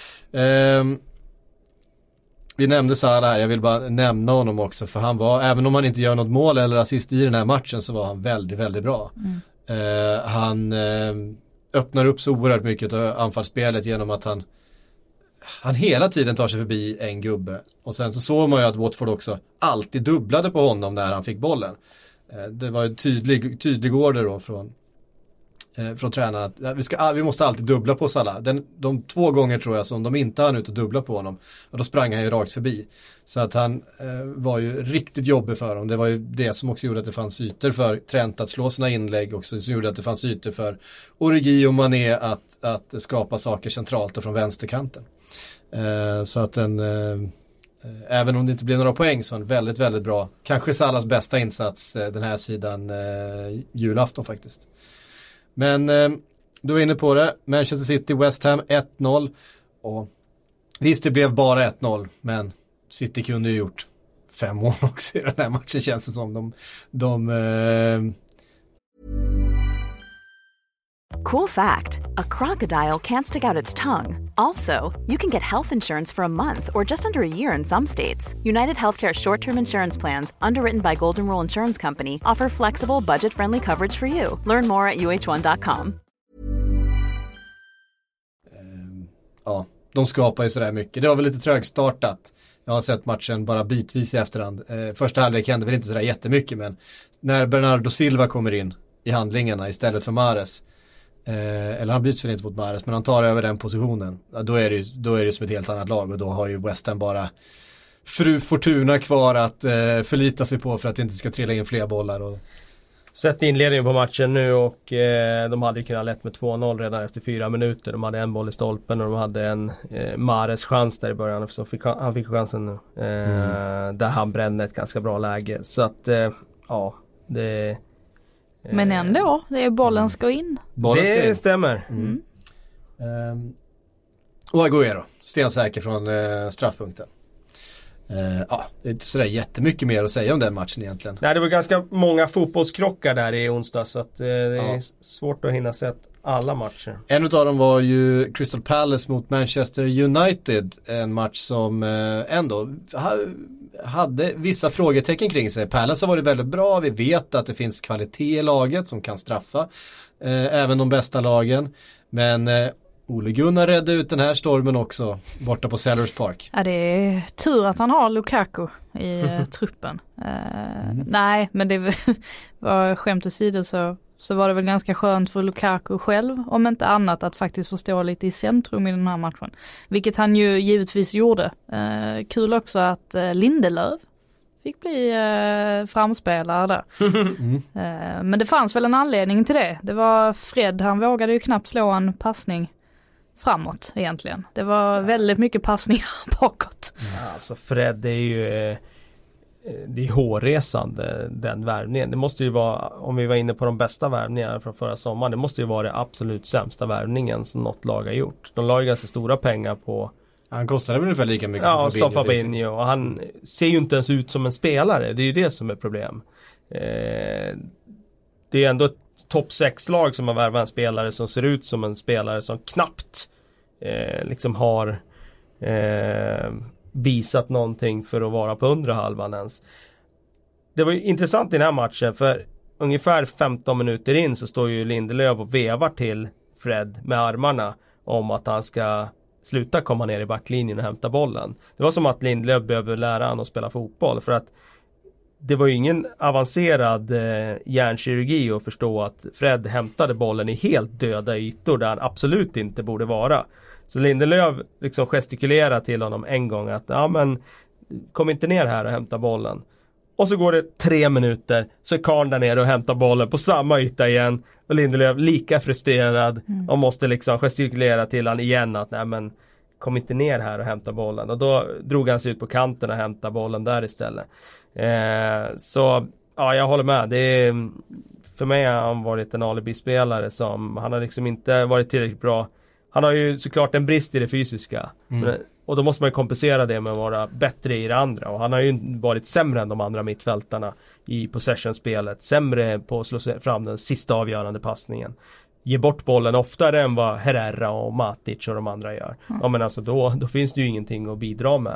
Vi nämnde Salah här, jag vill bara nämna honom också för han var, även om han inte gör något mål eller assist i den här matchen så var han väldigt, väldigt bra. Han öppnar upp så oerhört mycket av anfallsspelet genom att han hela tiden tar sig förbi en gubbe. Och sen så såg man ju att Watford också alltid dubblade på honom när han fick bollen. Det var en tydlig order då från tränaren att vi måste alltid dubbla på Salah. De 2 gånger tror jag som de inte hann ut och dubbla på honom. Och då sprang han ju rakt förbi. Så att han var ju riktigt jobbig för dem. Det var ju det som också gjorde att det fanns ytor för Trent att slå sina inlägg också. Som gjorde att det fanns ytor för Origi och Mané att skapa saker centralt och från vänsterkanten. Så att även om det inte blev några poäng så en väldigt, väldigt bra, kanske Salahs bästa insats den här sidan julafton faktiskt. Men du var inne på det. Manchester City, West Ham 1-0. Och visst det blev bara 1-0. Men City kunde ju gjort 5 mål också i den här matchen känns det som. Cool fact, a crocodile can't stick out its tongue. Also, you can get health insurance for a month or just under a year in some states. United Healthcare short-term insurance plans, underwritten by Golden Rule Insurance Company, offer flexible, budget-friendly coverage for you. Learn more at uh1.com. Ja, de skapar ju sådär mycket. Det var väl lite trögstartat. Jag har sett matchen bara bitvis i efterhand. Första halvlek hände väl inte sådär jättemycket, men när Bernardo Silva kommer in i handlingarna istället för Mahrez, eller han byts väl inte mot Mahrez, men han tar över den positionen, då är det som ett helt annat lag och då har ju West Ham bara fru Fortuna kvar att förlita sig på för att det inte ska trilla in fler bollar. Och... Sett inledningen på matchen nu och de hade ju kunnat lätt med 2-0 redan efter 4 minuter. De hade en boll i stolpen och de hade en Mahrez chans där i början, så han fick chansen nu där han brände ett ganska bra läge. Så att ja, det men ändå, det är bollen ska in. Det stämmer. Och Agüero, stensäker från straffpunkten. Ja, det är inte sådär jättemycket mer att säga om den matchen egentligen. Nej, det var ganska många fotbollskrockar där i onsdag, så att det är svårt att hinna sett alla matcher. En av dem var ju Crystal Palace mot Manchester United. En match som ändå hade vissa frågetecken kring sig. Palace har varit väldigt bra. Vi vet att det finns kvalitet i laget som kan straffa även de bästa lagen. Men Ole Gunnar räddade ut den här stormen också borta på Sellers Park. Ja, det är tur att han har Lukaku i truppen. Nej, men det var skämt åsido så var det väl ganska skönt för Lukaku själv, om inte annat, att faktiskt få stå lite i centrum i den här matchen. Vilket han ju givetvis gjorde. Kul också att Lindelöf fick bli framspelare där. Men det fanns väl en anledning till det. Det var Fred, han vågade ju knappt slå en passning framåt egentligen. Det var väldigt mycket passningar bakåt. Ja, alltså Fred är ju det är hårresande, den värvningen. Det måste ju vara, om vi var inne på de bästa värvningarna från förra sommaren, det måste ju vara det absolut sämsta värvningen som något lag har gjort. De la ju ganska stora pengar på. Han kostade väl ungefär lika mycket som Fabinho. Och han ser ju inte ens ut som en spelare. Det är ju det som är problem. Det är ändå ett topp 6-lag som har värvat en spelare som ser ut som en spelare som knappt liksom har visat någonting för att vara på undre halvan ens. Det var ju intressant i den här matchen, för ungefär 15 minuter in så står ju Lindelöf och vevar till Fred med armarna om att han ska sluta komma ner i backlinjen och hämta bollen. Det var som att Lindelöf behöver lära han att spela fotboll, för att det var ju ingen avancerad hjärnkirurgi att förstå att Fred hämtade bollen i helt döda ytor där han absolut inte borde vara. Så Lindelöf liksom gestikulerade till honom en gång att ja, men kom inte ner här och hämta bollen. Och så går det 3 minuter, så är Karn där nere och hämtar bollen på samma yta igen. Och Lindelöf lika frustrerad och måste liksom gestikulera till han igen att nej, men kom inte ner här och hämta bollen. Och då drog han sig ut på kanten och hämtade bollen där istället. Så ja, jag håller med. För mig har han varit en alibi-spelare som han har liksom inte varit tillräckligt bra. Han har ju såklart en brist i det fysiska. Och då måste man ju kompensera det med att vara bättre i det andra. Och han har ju varit sämre än de andra mittfältarna i possession-spelet. Sämre på att slå fram den sista avgörande passningen. Ge bort bollen oftare än vad Herrera och Matic och de andra gör. Ja, men alltså då finns det ju ingenting att bidra med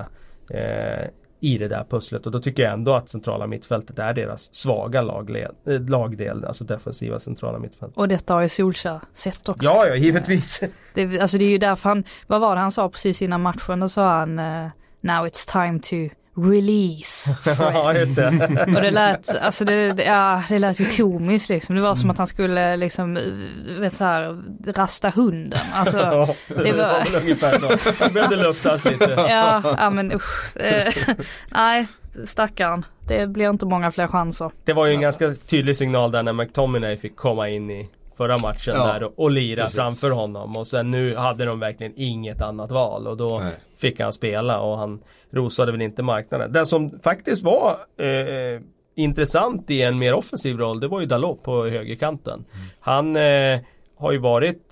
i det där pusslet. Och då tycker jag ändå att centrala mittfältet är deras svaga lagdel, alltså defensiva centrala mittfält. Och detta har ju Solskjaer sett också. Ja, givetvis. Det är ju därför vad var det han sa precis innan matchen? Då sa han now it's time to release Fred. Ja, just det. Och det lät, alltså det lät ju komiskt liksom. Det var som att han skulle liksom, vet så här, rasta hunden. Alltså, det var väl ungefär så. Han behövde luftas lite. Ja, men usch. Nej, stackaren. Det blir inte många fler chanser. Det var ju en ganska tydlig signal där när McTominay fick komma in i förra matchen där och lira framför honom. Och sen nu hade de verkligen inget annat val. Och då fick han spela och han rosade väl inte marknaden. Den som faktiskt var intressant i en mer offensiv roll, det var ju Dalot på högerkanten. Han har ju varit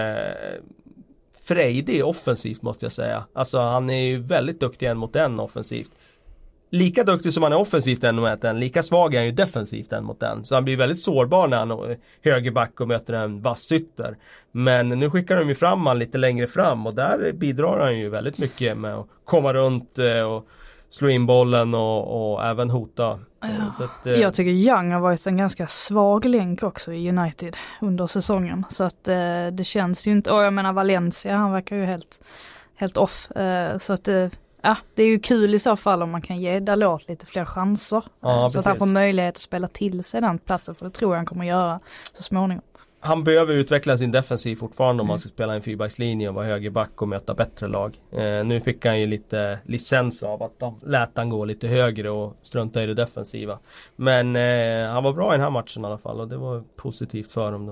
frejdig offensivt, måste jag säga. Alltså han är ju väldigt duktig en mot en offensivt. Lika duktig som han är offensivt än mot en, lika svag är han ju defensivt än mot en. Så han blir väldigt sårbar när han är högerback och möter en vass ytter. Men nu skickar de ju fram han lite längre fram och där bidrar han ju väldigt mycket med att komma runt och slå in bollen och även hota. Ja. Så att, jag tycker Young har varit en ganska svag länk också i United under säsongen. Så att det känns ju inte, och jag menar Valencia, han verkar ju helt off. Så att ja, det är ju kul i så fall om man kan ge Dalot lite fler chanser. Ja, så att han får möjlighet att spela till sig den platsen, för det tror jag han kommer göra så småningom. Han behöver utveckla sin defensiv fortfarande om man ska spela en fyrbackslinje och vara högerback och möta bättre lag. Nu fick han ju lite licens av att de lät han gå lite högre och strunta i det defensiva. Men han var bra i den här matchen i alla fall och det var positivt för dem då.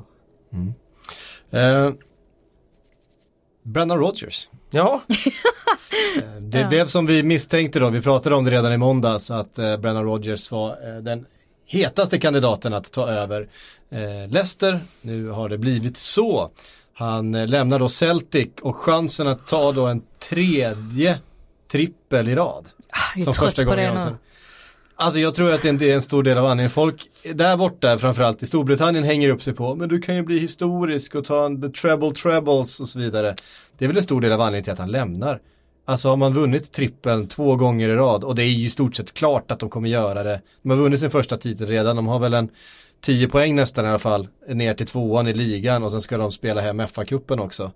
Brendan Rodgers. Ja. Det blev som vi misstänkte då. Vi pratade om det redan i måndags att Brendan Rodgers var den hetaste kandidaten att ta över Leicester. Nu har det blivit så. Han lämnar då Celtic och chansen att ta då en tredje trippel i rad. Som första gången någonsin. Alltså jag tror att det är en stor del av anledningen. Folk där borta, framförallt i Storbritannien, hänger upp sig på men du kan ju bli historisk och ta en trebles och så vidare. Det är väl en stor del av anledningen till att han lämnar. Alltså har man vunnit trippeln 2 gånger i rad, och det är ju i stort sett klart att de kommer göra det. De har vunnit sin första titel redan, de har väl en 10 poäng nästan i alla fall, ner till 2:an i ligan, och sen ska de spela hem FA-cupen också.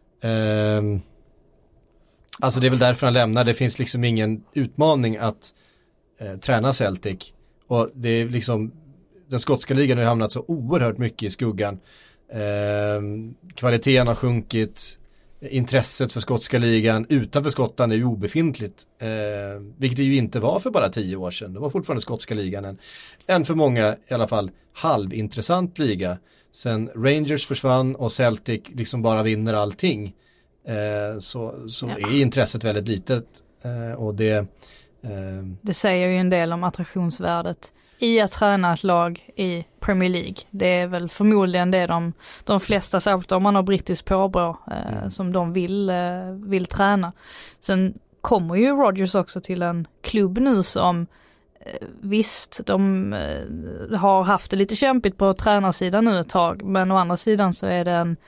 Alltså det är väl därför han lämnar, det finns liksom ingen utmaning att träna Celtic, och det är liksom, den skotska ligan har hamnat så oerhört mycket i skuggan. Kvaliteten har sjunkit, intresset för skotska ligan utanför Skottland är ju obefintligt, vilket det ju inte var för bara 10 år sedan. Det var fortfarande skotska ligan en för många i alla fall halvintressant liga. Sen Rangers försvann och Celtic liksom bara vinner allting, så är intresset väldigt litet, och det säger ju en del om attraktionsvärdet i att träna ett lag i Premier League. Det är väl förmodligen det de flesta, särskilt om man har brittiskt påbrå, som de vill träna. Sen kommer ju Rodgers också till en klubb nu som visst, de har haft det lite kämpigt på tränarsidan nu ett tag, men å andra sidan så är det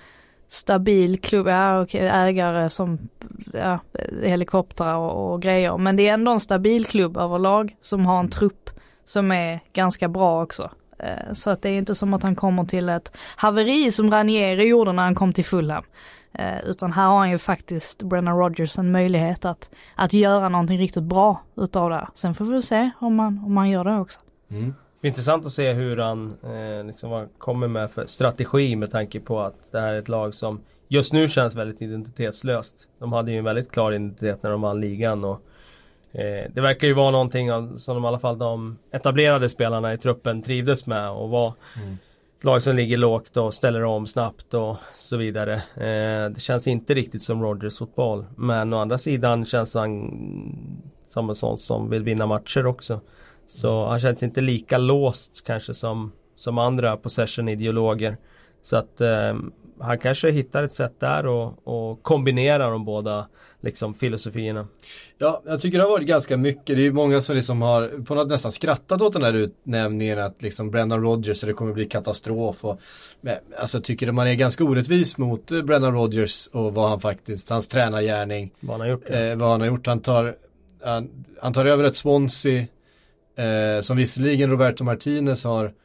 stabil klubb, och ägare som helikoptrar och grejer, men det är ändå en stabil klubb överlag som har en trupp som är ganska bra också. Så att det är inte som att han kommer till ett haveri som Ranieri gjorde när han kom till Fulham. Utan här har han ju faktiskt, Brendan Rodgers, en möjlighet att göra någonting riktigt bra utav det. Sen får vi se om man gör det också. Det är intressant att se hur han vad kommer med för strategi, med tanke på att det här är ett lag som just nu känns väldigt identitetslöst. De hade ju en väldigt klar identitet när de vann ligan, och det verkar ju vara någonting som i alla fall de etablerade spelarna i truppen trivdes med, och var ett lag som ligger lågt och ställer om snabbt och så vidare. Det känns inte riktigt som Rodgers fotboll, men å andra sidan känns han som en sån som vill vinna matcher också. Så han känns inte lika låst kanske som andra possession-ideologer. Så att han kanske hittar ett sätt där och kombinerar de båda filosofierna. Ja, jag tycker det har varit ganska mycket. Det är många som har på något nästan skrattat åt den här utnämningen att Brendan Rodgers, så det kommer bli katastrof. Jag tycker att man är ganska orättvis mot Brendan Rodgers och hans tränargärning. Vad han har gjort. Vad han har gjort. Han tar över ett Swansea som visserligen Roberto Martinez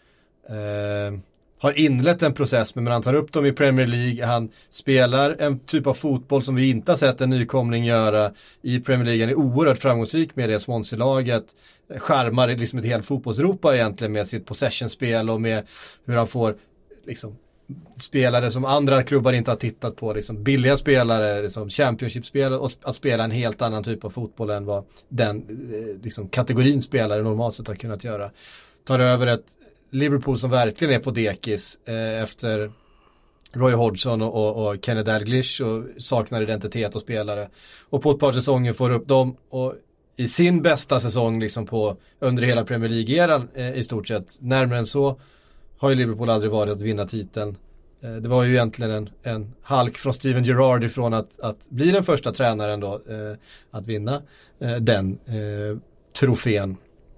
har inlett en process med, men han tar upp dem i Premier League. Han spelar en typ av fotboll som vi inte har sett en nykomling göra i Premier League. Han är oerhört framgångsrik med det Swansea-laget. Charmar ett helt fotbollseuropa egentligen med sitt possession-spel och med hur han får spelare som andra klubbar inte har tittat på, billiga spelare, championship-spelare, och att spela en helt annan typ av fotboll än vad den kategorin spelare normalt sett har kunnat göra. Tar över ett Liverpool som verkligen är på dekis efter Roy Hodgson och Kenny Dalglish och saknar identitet och spelare. Och på ett par säsonger får upp dem, och i sin bästa säsong under hela Premier League-eran i stort sett, närmare än så har ju Liverpool aldrig varit att vinna titeln. Det var ju egentligen en halk från Steven Gerrard ifrån att bli den första tränaren då, att vinna den trofén.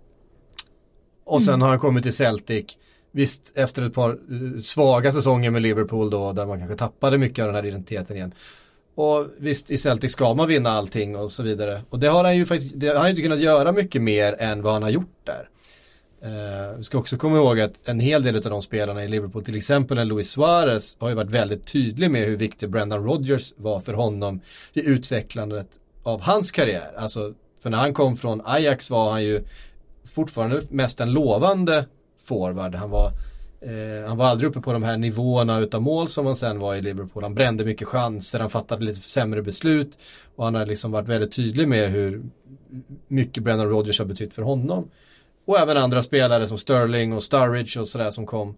Och sen har han kommit till Celtic. Visst, efter ett par svaga säsonger med Liverpool då, där man kanske tappade mycket av den här identiteten igen. Och visst, i Celtic ska man vinna allting och så vidare. Och det har han ju faktiskt, han har inte kunnat göra mycket mer än vad han har gjort där. Vi ska också komma ihåg att en hel del av de spelarna i Liverpool, till exempel en Luis Suarez, har ju varit väldigt tydlig med hur viktig Brendan Rodgers var för honom i utvecklandet av hans karriär. Alltså, för när han kom från Ajax var han ju fortfarande mest en lovande forward. Han var aldrig uppe på de här nivåerna utav mål som han sen var i Liverpool. Han brände mycket chanser, han fattade lite sämre beslut, och han har varit väldigt tydlig med hur mycket Brendan Rodgers har betytt för honom. Och även andra spelare som Sterling och Sturridge och sådär som kom.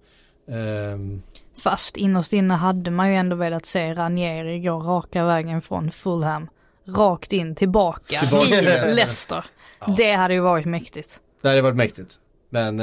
Fast innerst inne hade man ju ändå velat se Ranieri gå raka vägen från Fulham rakt in tillbaka i Leicester. Ja. Det hade ju varit mäktigt. Det hade varit mäktigt. Men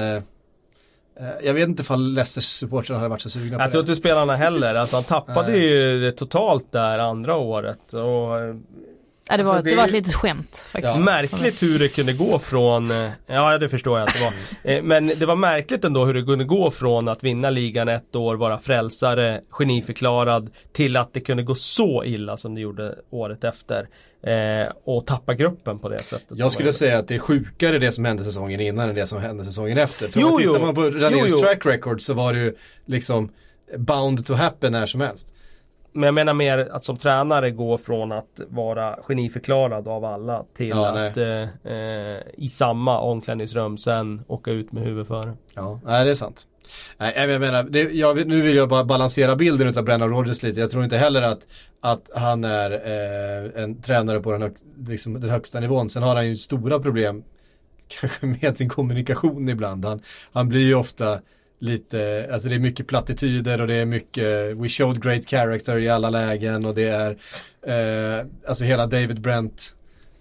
jag vet inte ifall Leicesters supportrar hade varit så sugna på det. Jag tror inte spelarna heller. Alltså, han tappade ju det totalt där andra året. Och ja, det var ett litet skämt faktiskt. Ja. Märkligt hur det kunde gå från, ja det förstår jag att det var. Men det var märkligt ändå hur det kunde gå från att vinna ligan ett år, vara frälsare, geniförklarad, till att det kunde gå så illa som det gjorde året efter. Och tappa gruppen på det sättet. Jag skulle säga att det är sjukare det som hände säsongen innan än det som hände säsongen efter. För om tittar man på Raniers track record så var det ju bound to happen när som helst. Men jag menar mer att som tränare gå från att vara geniförklarad av alla till att i samma omklädningsrum sen åka ut med huvudet före. Ja, nej, det är sant. Nej, jag menar, nu vill jag bara balansera bilden utav Brendan Rodgers lite. Jag tror inte heller att han är en tränare på den högsta nivån. Sen har han ju stora problem kanske med sin kommunikation ibland. Han blir ju ofta lite, alltså det är mycket plattityder och det är mycket we showed great character i alla lägen, och det är alltså hela David Brent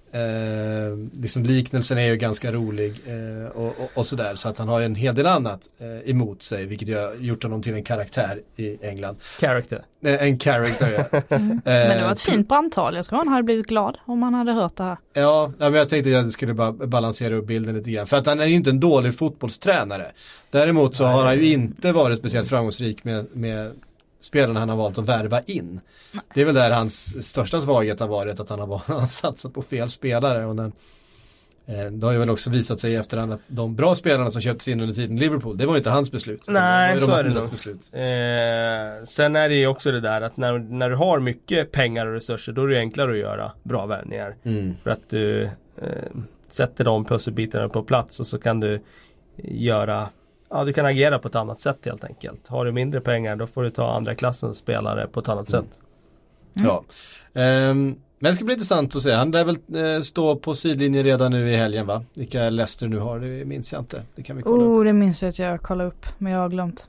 liknelsen är ju ganska rolig och sådär, så att han har en hel del annat emot sig, vilket jag har gjort honom till en karaktär i England. En character, ja. Men det var ett fint brandtal. Jag tror han hade blivit glad om han hade hört det här. Ja, men jag tänkte att jag skulle bara balansera upp bilden lite grann. För att han är ju inte en dålig fotbollstränare. Däremot så har han ju inte varit speciellt framgångsrik med spelarna han har valt att värva in. Det är väl där hans största svaghet har varit, att han har satsat på fel spelare, och det har ju väl också visat sig i efterhand att de bra spelarna som köptes in under tiden i Liverpool, det var inte hans beslut. Nej, så är det nog. Beslut. Sen är det ju också det där att när du har mycket pengar och resurser, då är det enklare att göra bra värvningar. För att du sätter de pusselbitarna på plats, och så kan du du kan agera på ett annat sätt helt enkelt. Har du mindre pengar, då får du ta andra klassens spelare på ett annat sätt. Ja. Men det ska bli intressant att se. Han lär väl stå på sidlinjen redan nu i helgen, va? Vilka Leicester nu har, det minns jag inte. Det kan vi kolla upp. Det minns jag att jag kollar upp, men jag har glömt.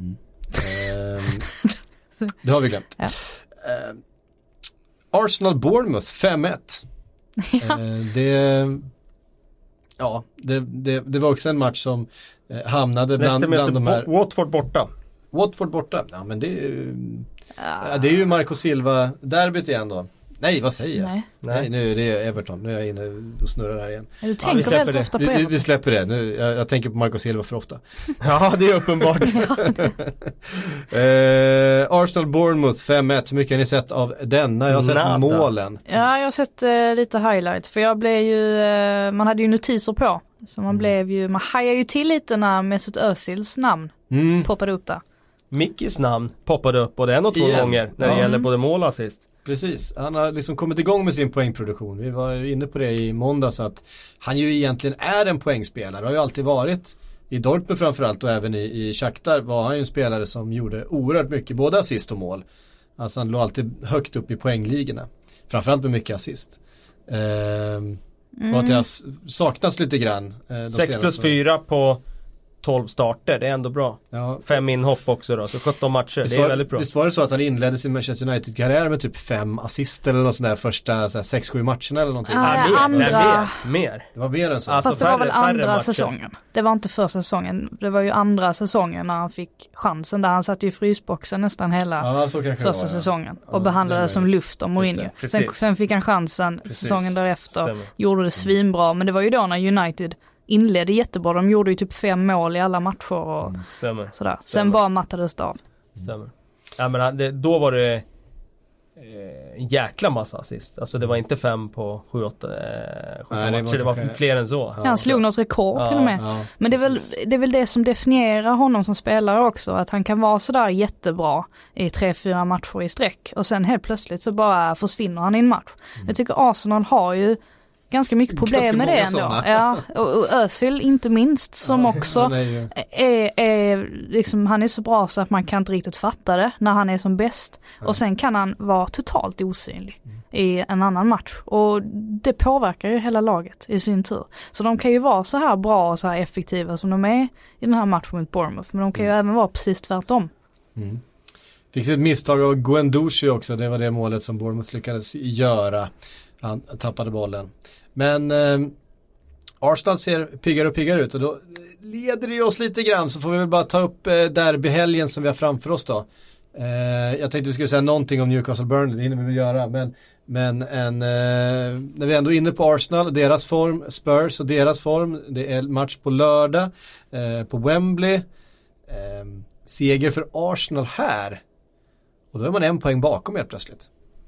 Det har vi glömt. Ja. Arsenal Bournemouth 5-1. Det var också en match som hamnade bland de här. Watford borta. Watford borta. Ja, men det är ju Marco Silva derbyt igen då. Nej, vad säger jag? Nej, nu är det Everton. Nu är jag inne och snurrar här igen. Du tänker väldigt ofta på Everton. Vi släpper det. Nu, jag tänker på Marco Silva för ofta. Ja, det är uppenbart. Arsenal Bournemouth 5-1. Hur mycket har ni sett av denna? Jag har sett målen. Ja, jag har sett lite highlights. För jag blev ju, man hade ju notiser på. Så man hajade ju till lite när Mesut Özils namn poppade upp där. Mickis namn poppade upp både 1 och 2 gånger när det gäller både mål och assist. Precis, han har liksom kommit igång med sin poängproduktion. Vi var ju inne på det i måndags, att han ju egentligen är en poängspelare. Har ju alltid varit i Dortmund framförallt, och även i Shakhtar var han ju en spelare som gjorde oerhört mycket, både assist och mål. Alltså han låg alltid högt upp i poängligorna. Framförallt med mycket assist. Och att det har saknats lite grann. 6+4 på 12 starter, det är ändå bra. 5 inhopp också då, så 17 matcher, det är väldigt bra. Visst var det så att han inledde sin Manchester United-karriär med typ 5 assist eller något sånt där första 6-7 matcherna eller någonting? Mer. Det var mer än så. Alltså, fast det var väl andra säsongen. Det var inte första säsongen. Det var ju andra säsongen när han fick chansen, där han satt ju i frysboxen nästan hela första säsongen och behandlades som luft av Mourinho. Sen fick han chansen säsongen därefter. Gjorde det svinbra, men det var ju då när United inledde jättebra. De gjorde ju typ 5 mål i alla matcher och sådär. Sen bara mattades det av. Stämmer. Ja, men då var det en jäkla massa assist. Alltså det var inte 5 på 7-8 matcher. Det var fler än så. Han slog något rekord till och med. Ja, men det är väl det som definierar honom som spelare också. Att han kan vara sådär jättebra i 3-4 matcher i sträck. Och sen helt plötsligt så bara försvinner han i en match. Jag tycker Arsenal har ju ganska mycket problem med det ändå. Ja, och Özil inte minst, som också är liksom, han är så bra så att man kan inte riktigt fatta det när han är som bäst. Och sen kan han vara totalt osynlig i en annan match. Och det påverkar ju hela laget i sin tur. Så de kan ju vara så här bra och så här effektiva som de är i den här matchen mot Bournemouth. Men de kan ju även vara precis tvärtom. Fick ett misstag av Guendouzi också. Det var det målet som Bournemouth lyckades göra. Han tappade bollen. Men Arsenal ser piggare och piggare ut, och då leder det oss lite grann, så får vi väl bara ta upp derbyhelgen som vi har framför oss då. Jag tänkte vi skulle säga någonting om Newcastle Burnley, det hinner vi väl göra, men när vi ändå är inne på Arsenal, deras form, Spurs och deras form, det är match på lördag på Wembley. Seger för Arsenal här, och då är man 1 poäng bakom helt plötsligt.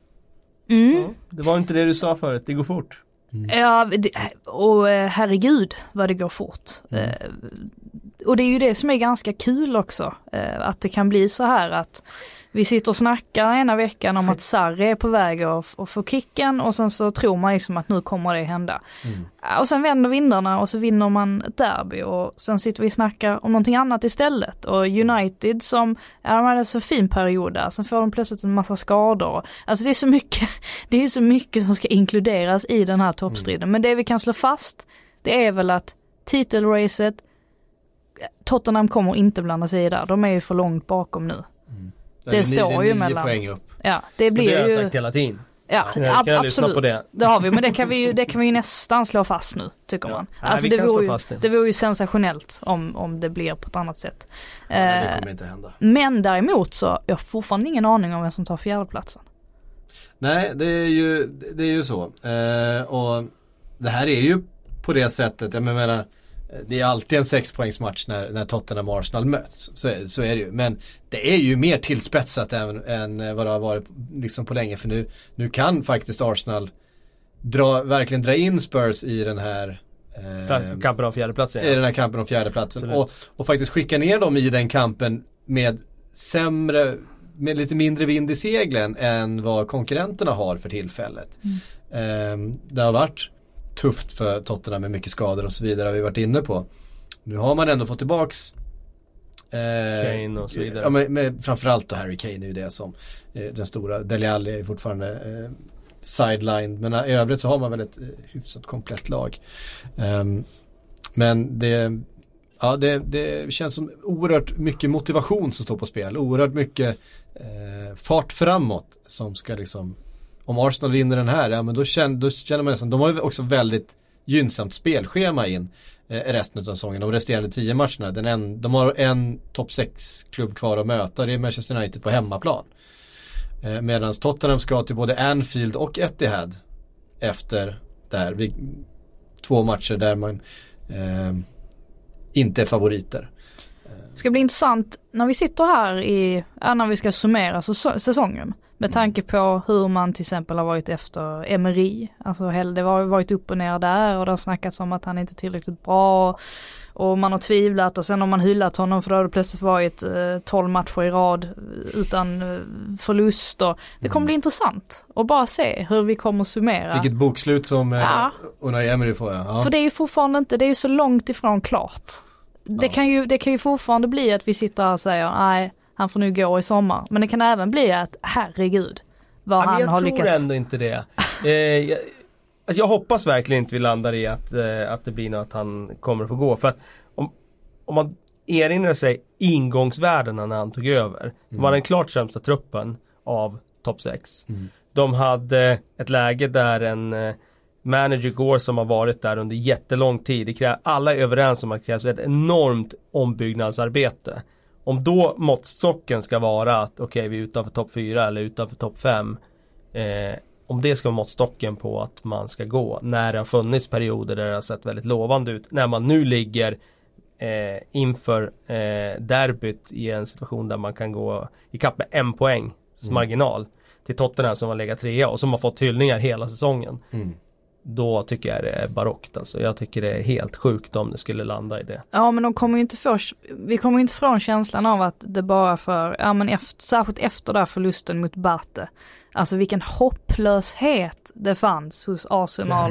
Det var inte det du sa förut, det går fort. Ja, och herregud vad det går fort. Och det är ju det som är ganska kul också, att det kan bli så här att vi sitter och snackar ena veckan om att Sarri är på väg att få kicken, och sen så tror man liksom att nu kommer det hända. Och sen vänder vindarna och så vinner man ett derby, och sen sitter vi och snackar om någonting annat istället. Och United som hade så fin period där, sen får de plötsligt en massa skador. Alltså det är så mycket som ska inkluderas i den här toppstriden. Men det vi kan slå fast, det är väl att titelracet, Tottenham kommer inte blanda sig i där. De är ju för långt bakom nu. Det står ju mellan 9 poäng upp. Ja, det blir ju. Det har jag sagt hela tiden. Ja, absolut. På det har vi, men det kan vi ju nästan slå fast nu, tycker man. Alltså det vore ju sensationellt om det blir på ett annat sätt. Det kommer inte hända. Men däremot så jag har fortfarande ingen aning om vem som tar 4:e platsen. Nej, det är ju så. Och det här är ju på det sättet, jag menar, det är alltid en 6-poängsmatch när Tottenham och Arsenal möts. Så är det ju. Men det är ju mer tillspetsat än vad det har varit liksom på länge. För nu kan faktiskt Arsenal verkligen dra in Spurs i den här kampen om fjärdeplatsen. I den här kampen om fjärdeplatsen. Och faktiskt skicka ner dem i den kampen med lite mindre vind i seglen än vad konkurrenterna har för tillfället. Det har varit tufft för Tottenham med mycket skador och så vidare, har vi varit inne på. Nu har man ändå fått tillbaks Kane och så vidare. Ja, med framförallt då Harry Kane är ju det som den stora. Dele Alli är fortfarande sideline, men i övrigt så har man väl ett hyfsat komplett lag. Men det känns som oerhört mycket motivation som står på spel, oerhört mycket fart framåt som ska liksom, om Arsenal vinner den här, ja men då känner man nästan, de har ju också väldigt gynnsamt spelschema in resten av säsongen, de resterande 10 matcherna. De har en topp 6-klubb kvar att möta, det är Manchester United på hemmaplan. Medan Tottenham ska till både Anfield och Etihad efter där, 2 matcher där man inte är favoriter. Det ska bli intressant när vi sitter här när vi ska summera säsongen. Med tanke på hur man till exempel har varit efter Emery. Alltså det har varit upp och ner där och det har snackats om att han inte är tillräckligt bra. Och man har tvivlat och sen har man hyllat honom för då har det plötsligt varit 12 matcher i rad utan förlust. Och det kommer bli intressant att bara se hur vi kommer att summera. Vilket bokslut som Unai Emery får. Ja. För det är ju fortfarande inte, det är ju så långt ifrån klart. Det kan ju fortfarande bli att vi sitter här och säger nej, han får nu gå i sommar. Men det kan även bli att herregud vad han har lyckats. Jag tror ändå inte det. Jag hoppas verkligen inte vi landar i att det blir något att han kommer att få gå. För att om man erinrar sig ingångsvärdena när han tog över. De var den klart sämsta truppen av topp 6. De hade ett läge där en manager går som har varit där under jättelång tid. Alla är överens om att det krävs ett enormt ombyggnadsarbete. Om då måttstocken ska vara att okej, vi är utanför topp 4 eller utanför topp 5. Om det ska vara måttstocken på att man ska gå. När det har funnits perioder där det har sett väldigt lovande ut. När man nu ligger inför derbyt i en situation där man kan gå i kapp med 1 poängs marginal till Tottenham som har legat 3 och som har fått hyllningar hela säsongen. Då tycker jag det är barockt. Alltså. Jag tycker det är helt sjukt om det skulle landa i det. Ja, men vi kommer inte från känslan av att det bara särskilt efter där förlusten mot Bate. Alltså vilken hopplöshet det fanns hos Arsenal.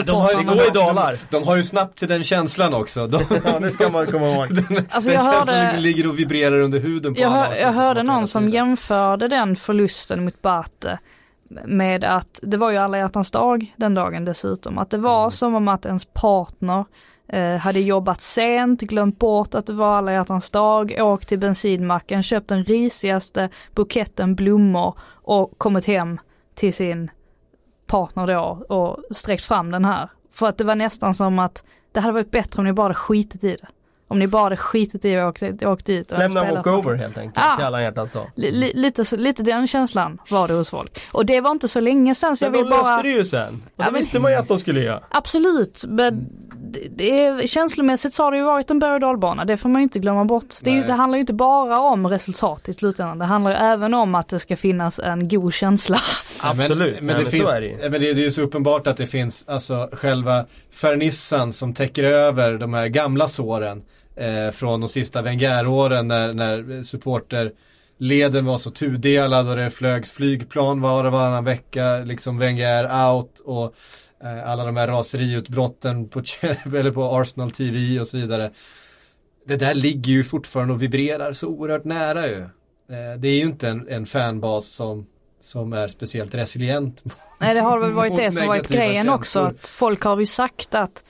De har ju snabbt till den känslan också. Det ska man komma ihåg. Alltså jag ligger och vibrerar under huden på jag hörde någon som jämförde den förlusten mot Bate med att det var ju alla hjärtans dag den dagen dessutom. Att det var som om att ens partner hade jobbat sent, glömt bort att det var alla hjärtans dag, åkt till bensinmacken, köpt den risigaste buketten blommor och kommit hem till sin partner då och sträckt fram den här. För att det var nästan som att det hade varit bättre om ni bara hade skitit i det. Om ni bara hade skitit i och åkt dit. Lämna walkover helt enkelt till alla hjärtans dag. Lite den känslan var det hos folk. Och det var inte så länge sedan. Så men de löste det ju sen. Och det visste man ju att de skulle göra. Absolut. Men känslomässigt så har det ju varit en berg- och dalbana. Det får man ju inte glömma bort. Det handlar ju inte bara om resultat i slutändan. Det handlar även om att det ska finnas en god känsla. Absolut. Men det är ju så uppenbart att det finns alltså själva fernissan som täcker över de här gamla såren. Från de sista Wenger-åren när supporterleden var så tudelad och det flögs flygplan varannan vecka, liksom Wenger out och alla de här raseriutbrotten på Arsenal TV och så vidare. Det där ligger ju fortfarande och vibrerar så oerhört nära ju. Det är ju inte en fanbas som är speciellt resilient. Nej, det har väl varit det som varit grejen känslor. Också, att folk har ju sagt att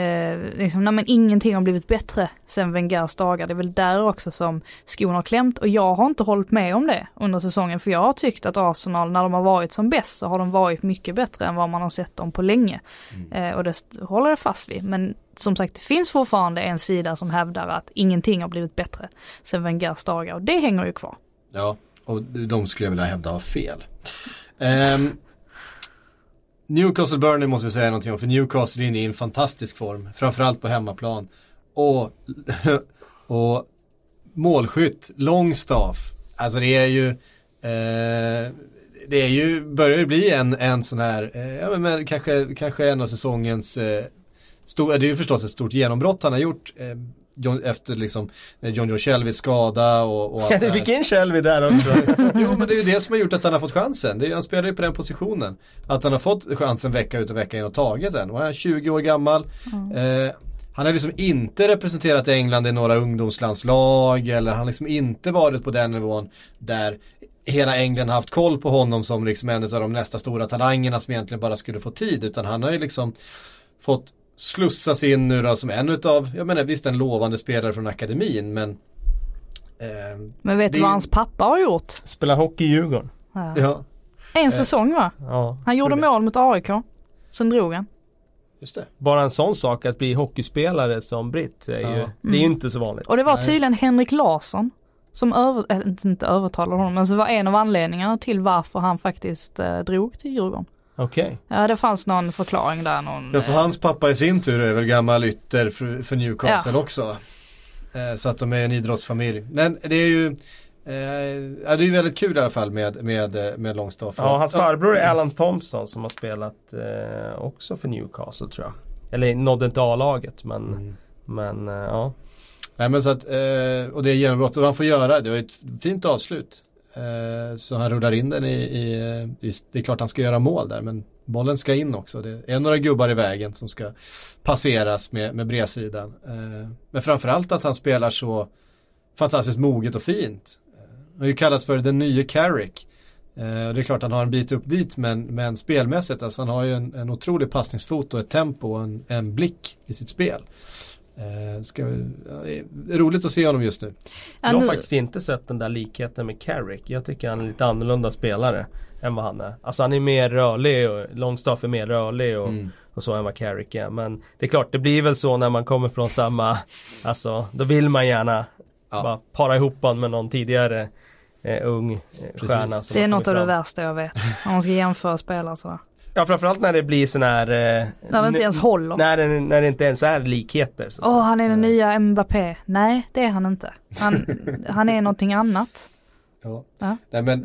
men ingenting har blivit bättre sen Wengers dagar. Det är väl där också som skon har klämt, och jag har inte hållit med om det under säsongen, för jag har tyckt att Arsenal när de har varit som bäst så har de varit mycket bättre än vad man har sett dem på länge. Och det håller jag fast vid, men som sagt, det finns fortfarande en sida som hävdar att ingenting har blivit bättre sen Wengers dagar, och det hänger ju kvar. Ja, och de skulle jag vilja hävda har fel. Newcastle Burnley måste jag säga någonting om, för Newcastle är inne i en fantastisk form, framförallt på hemmaplan. och målskytt, Longstaff. Alltså det är ju börjar ju bli en sån här men kanske en av säsongens det är ju förstås ett stort genombrott han har gjort efter liksom John Shelbys skada och allt det fick in Shelby där också. Jo, men det är ju det som har gjort att han har fått chansen. Han spelar ju på den positionen. Att han har fått chansen vecka ut och vecka in och tagit den. Och han är 20 år gammal. Han har liksom inte representerat England i några ungdomslandslag, eller han har liksom inte varit på den nivån där hela England har haft koll på honom som liksom en av de nästa stora talangerna som egentligen bara skulle få tid, utan han har ju liksom fått slussas in nu då som en utav, jag menar visst en lovande spelare från akademin, men vet du vad hans pappa har gjort? Spelar hockey i Djurgården. Ja. En säsong va? Ja, han gjorde mål mot AIK. Sen drog han. Just det. Bara en sån sak att bli hockeyspelare som britt är ju, det är ju inte så vanligt. Och det var tydligen Henrik Larsson som inte övertalade honom, men så var en av anledningarna till varför han faktiskt drog till Djurgården. Okej. Ja, det fanns någon förklaring där. Ja, för hans pappa i sin tur är väl gammal ytter för Newcastle också. Så att de är en idrottsfamilj. Men det är ju det är ju väldigt kul i alla fall med Longstaff. Ja, hans farbror är Alan Thompson som har spelat också för Newcastle tror jag. Eller nådde inte A-laget, men ja. Nej, men så att, och det är genombrott och han får göra, det var ett fint avslut. Så han rullar in den det är klart han ska göra mål där, men bollen ska in också. Det är några gubbar i vägen som ska passeras med bredsidan. Men framförallt att han spelar så fantastiskt moget och fint. Han har ju kallats för den nya Carrick. Det är klart han har en bit upp dit, men spelmässigt, alltså han har ju en otrolig passningsfot och ett tempo och en blick i sitt spel. Det är roligt att se honom just nu. Jag har faktiskt inte sett den där likheten med Carrick. Jag tycker han är lite annorlunda spelare än vad han är. Alltså han är mer rörlig och Longstaff är mer rörlig och så än vad Carrick är. Men det är klart, det blir väl så när man kommer från samma, alltså då vill man gärna bara para ihop honom med någon tidigare ung stjärna. Det är något av det värsta jag vet. Om man ska jämföra spelare sådär. Ja, framförallt när det blir sån här när det inte ens håller. När det inte ens är likheter. Han är den nya Mbappé. Nej, det är han inte. Han är någonting annat. Ja. Nej, men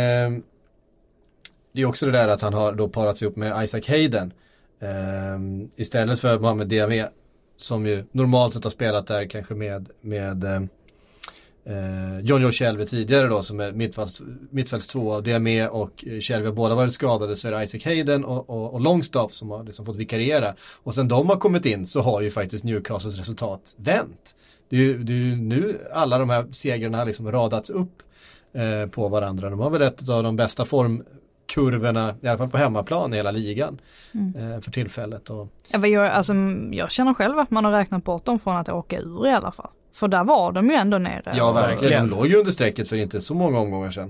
det är också det där att han har då parat sig upp med Isaac Hayden istället för Mohamed Diame, som ju normalt sett har spelat där kanske med John Shelby tidigare då, som är mittfälts 2 av Diame och Shelby har båda varit skadade, så är det Isaac Hayden och Longstaff som har liksom fått vikariera, och sen de har kommit in så har ju faktiskt Newcastles resultat vänt. Det är ju nu alla de här segrarna har liksom radats upp på varandra. De har väl ett av de bästa formkurvorna i alla fall på hemmaplan i hela ligan för tillfället. Jag känner själv att man har räknat bort dem från att åka ur i alla fall. För där var de ju ändå nere. Ja, verkligen. De låg ju under strecket för inte så många omgångar sedan.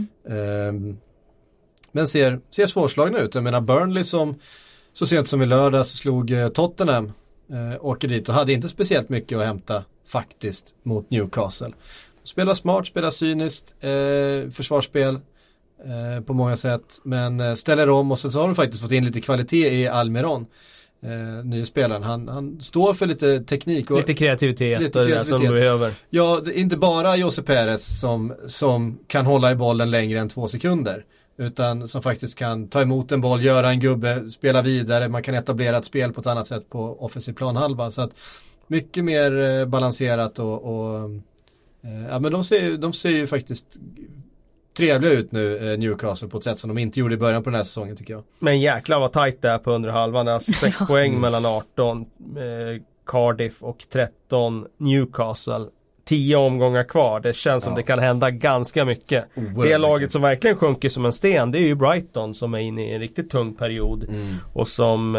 Men ser svårslagna ut. Jag menar Burnley som så sent som i lördags slog Tottenham, åker dit och hade inte speciellt mycket att hämta faktiskt mot Newcastle. Spelar smart, spelar cyniskt, försvarsspel på många sätt, men ställer om, och sen så har de faktiskt fått in lite kvalitet i Almiron. Nya spelaren, han står för lite teknik och lite kreativitet och det som de behöver. Ja, det är inte bara Jose Perez som kan hålla i bollen längre än 2 sekunder, utan som faktiskt kan ta emot en boll, göra en gubbe, spela vidare, man kan etablera ett spel på ett annat sätt på offensiv planhalva, så att mycket mer balanserat och men de ser ju faktiskt trevliga ut nu, Newcastle, på ett sätt som de inte gjorde i början på den här säsongen, tycker jag. Men jäklar vad tajt det är på under halvan. Alltså 6 poäng mellan 18 Cardiff och 13 Newcastle. 10 omgångar kvar. Det känns som det kan hända ganska mycket. Det laget som verkligen sjunker som en sten, det är ju Brighton, som är inne i en riktigt tung period. Och som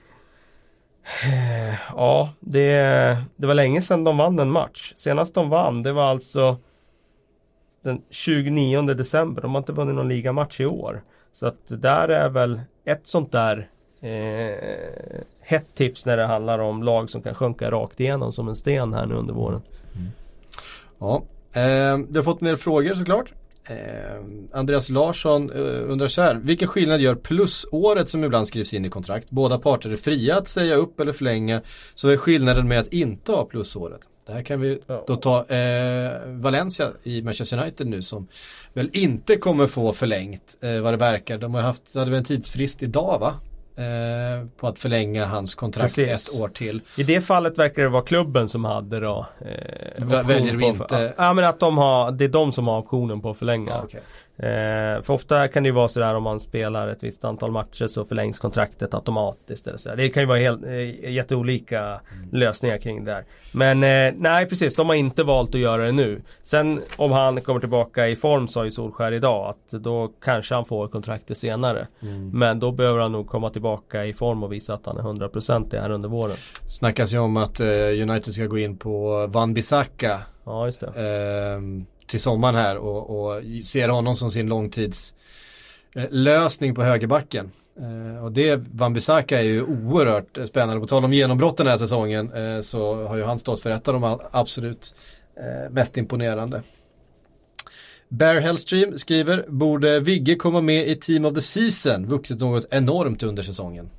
det var länge sedan de vann en match. Senast de vann, det var alltså den 29 december. De har inte vunnit någon ligamatch i år. Så att det där är väl ett sånt där hett tips när det handlar om lag som kan sjunka rakt igenom som en sten här nu under våren. Ja, du har fått en del frågor såklart. Andreas Larsson undrar så här: vilken skillnad gör plusåret som ibland skrivs in i kontrakt? Båda parter är fria att säga upp eller förlänga, så är skillnaden med att inte ha plusåret. Det här kan vi då ta Valencia i Manchester United nu, som väl inte kommer få förlängt vad det verkar. De hade väl en tidsfrist idag, va? På att förlänga hans kontrakt ett år till. I det fallet verkar det vara klubben som hade då väljer vi inte. Ja, men att det är de som har optionen på att förlänga. Okay. För ofta kan det ju vara sådär, om man spelar ett visst antal matcher så förlängs kontraktet automatiskt eller så. Det kan ju vara jätteolika lösningar kring det där. Men nej, precis, de har inte valt att göra det nu. Sen om han kommer tillbaka i form, sa ju Solskär idag, att då kanske han får kontraktet senare. Men då behöver han nog komma tillbaka i form och visa att han är 100% här under våren. Snackas ju om att United ska gå in på Wan-Bissaka. Ja, just det. Till sommaren här och ser honom som sin långtidslösning på högerbacken. Och det, Wan-Bissaka är ju oerhört spännande. På tal om genombrott den här säsongen så har ju han stått för ett av de absolut mest imponerande. Bear Hellstream skriver: borde Vigge komma med i Team of the Season? Vuxit något enormt under säsongen.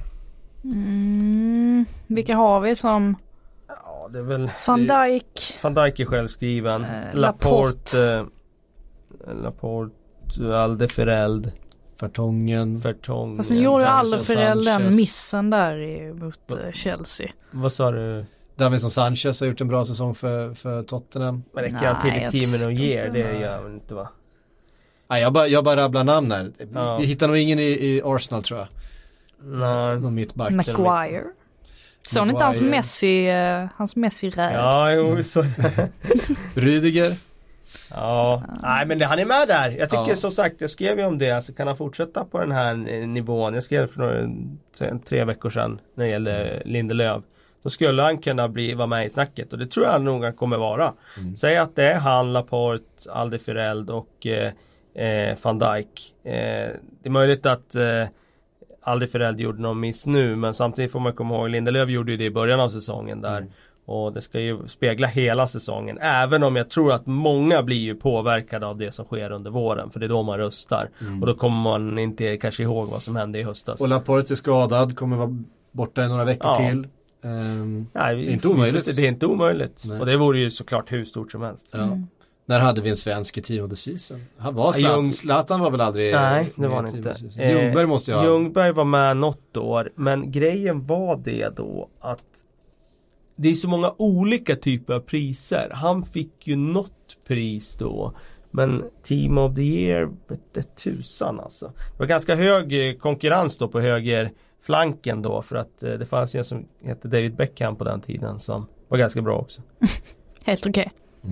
Vilka har vi som... Ja, det är väl Van Dijk är självskriven. Laporte, Alderweireld, Vertonghen. Fast nu gjorde Alderweireld den missen där mot Chelsea. Vad sa du? Davinson Sanchez har gjort en bra säsong för Tottenham. Men det kan till i Team of Year, det gör man inte, va? Nej, jag bara rabblar namn här. Vi hittar nog ingen i Arsenal, tror jag. Nej. Någon mittback. Maguire. Så inte hans Messi-räd. Ja, jo, så. Rydiger. Ja, nej, men han är med där. Jag tycker som sagt, jag skrev ju om det. Alltså, kan han fortsätta på den här nivån? Jag skrev för 3 veckor sedan när det gällde Lindelöf. Då skulle han kunna vara med i snacket. Och det tror jag nog han kommer vara. Säg att det är han, Laporte, Alderweireld och Van Dijk. Det är möjligt att Alderweireld gjorde någon miss nu, men samtidigt får man komma ihåg, Lindelöf gjorde ju det i början av säsongen där. Och det ska ju spegla hela säsongen. Även om jag tror att många blir ju påverkade av det som sker under våren. För det är då man röstar. Och då kommer man inte kanske ihåg vad som hände i höstas. Och Laporte är skadad, kommer vara borta i några veckor till. Nej, det är inte omöjligt. Det är inte omöjligt. Nej. Och det vore ju såklart hur stort som helst. När hade vi en svensk i Team of the Season? Han var Zlatan var väl aldrig... Nej, det var han inte. Ljungberg måste jag ha. Ljungberg var med något år. Men grejen var det då att det är så många olika typer av priser. Han fick ju något pris då. Men Team of the Year, det tusan alltså. Det var ganska hög konkurrens då på högerflanken då. För att det fanns en som hette David Beckham på den tiden som var ganska bra också. Helt okej.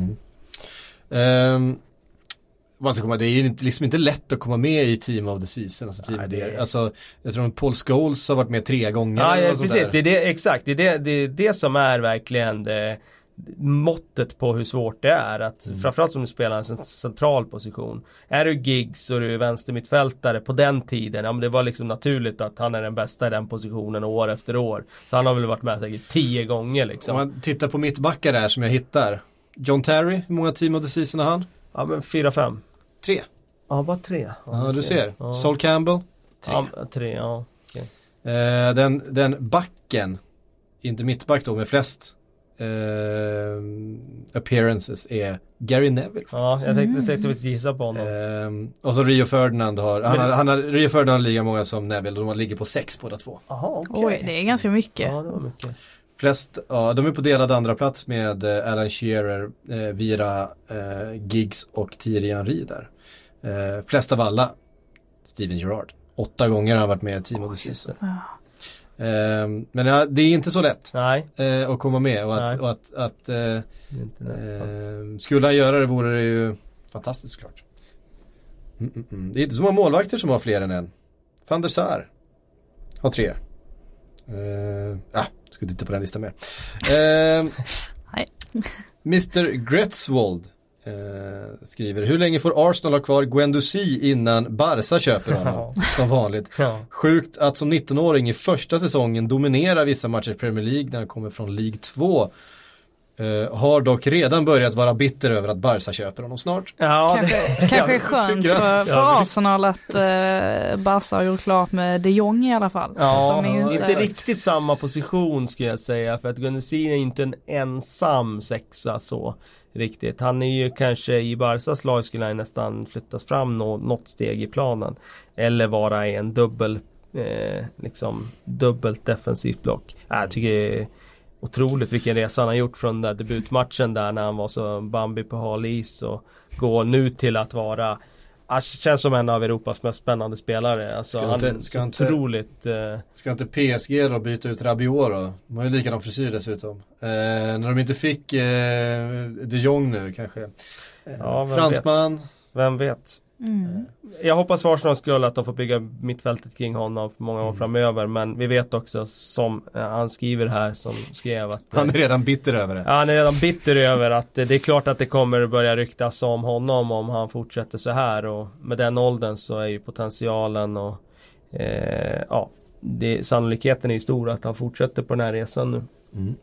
Det är ju liksom inte lätt att komma med i Team of the Season. Alltså, jag tror att Paul Scholes har varit med 3 gånger. Ja, precis. Det är det, exakt. Det är det som är verkligen måttet på hur svårt det är. Att, framförallt som du spelar en central position. Är du Giggs och du är vänstermittfältare på den tiden, men det var liksom naturligt att han är den bästa i den positionen år efter år. Så han har väl varit med säkert 10 gånger liksom. Om man tittar på mittbackar där som jag hittar. John Terry, hur många Team of the Season har han? Ja, men 4-5. 3. Ja, bara 3. Ja, du ser. Ja. Sol Campbell, 3. Ja, 3, ja. Okay. Den backen, inte mittback då, med flest appearances är Gary Neville. Ja, jag tänkte att gissa på honom. Och så Rio Ferdinand Rio Ferdinand har lika många som Neville, och de ligger på 6 båda två. Aha, okay. Oj, det är ganska mycket. Ja, det var mycket. Flest, de är på delad andra plats med Alan Shearer, Vira, Giggs och Thierry Henry där. Flest av alla Steven Gerrard. 8 gånger har han varit med i Team of the Season. Men det är inte så lätt att komma med och att skulle han göra det vore det ju fantastiskt klart. Det är inte så många målvakter som har fler än en. Van der Sar har 3. Ska titta på den listan mer. Mr. Gretzwold skriver: hur länge får Arsenal ha kvar Guendouzi innan Barca köper honom? Som vanligt. Sjukt att som 19-åring i första säsongen dominera vissa matcher i Premier League när han kommer från League 2. har dock redan börjat vara bitter över att Barca köper honom snart. Ja, kanske skönt för Arsenal att Barca har gjort klart med de Jong i alla fall. Ja, inte riktigt samma position skulle jag säga, för att Guendouzi är inte en ensam sexa så riktigt. Han är ju kanske i Barcas lag skulle han nästan flyttas fram något steg i planen. Eller vara i en dubbelt defensivt block. Jag tycker det är otroligt vilken resa han har gjort från den där debutmatchen där när han var så Bambi på hal is och går nu till att vara känns som en av Europas mest spännande spelare. Alltså, ska inte PSG då byta ut Rabiot då? De har ju likadan frisyr dessutom. När de inte fick de Jong nu kanske. Fransman. Vem vet? Jag hoppas för Arsenals skull att de får bygga mittfältet kring honom för många år framöver, men vi vet också som han skriver här som skrev att han är redan bitter över det. Ja, han är redan bitter över att det är klart att det kommer börja ryktas om honom om han fortsätter så här, och med den åldern så är ju potentialen och sannolikheten är ju stor att han fortsätter på den här resan nu.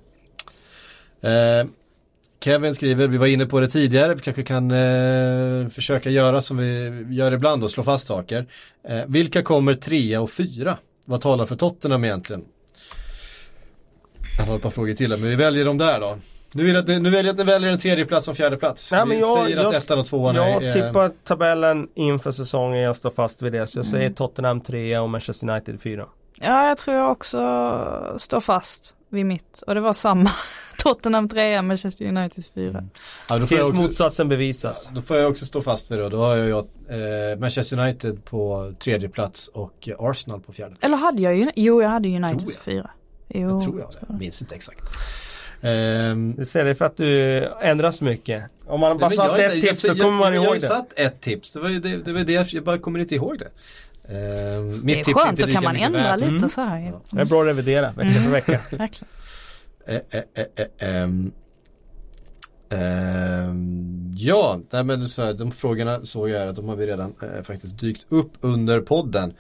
Kevin skriver, vi var inne på det tidigare, vi kanske kan försöka göra som vi gör ibland och slå fast saker. Vilka kommer 3 och 4? Vad talar för Tottenham egentligen? Jag har ett par frågor till, men vi väljer dem där då. Nu vill jag att ni väljer en 3:e plats och 4:e plats. Nej, men jag säger att 1 och 2 jag tippar tabellen inför säsongen, jag står fast vid det. Så jag säger Tottenham 3 och Manchester United 4. Ja, jag tror jag också står fast vid mitt. Och det var samma. Tottenham 3, Manchester United 4. Ja, tills motsatsen bevisas. Då får jag också stå fast vid det. Då har jag Manchester United på 3:e plats och Arsenal på 4:e plats. Eller hade jag jag hade United 4. Jo, jag tror jag minns inte exakt. Du ser det för att du ändras mycket. Om man bara satt ett tips så kommer man ihåg det. Jag har satt ett tips. Det var det jag bara kommer inte ihåg det. Mitt det är skönt, då kan man ändra lite så här. Ja. Det är bra att revidera vecka för vecka. Verkligen. Ja, nej, men så här, de frågorna såg jag att de har vi redan faktiskt dykt upp under podden.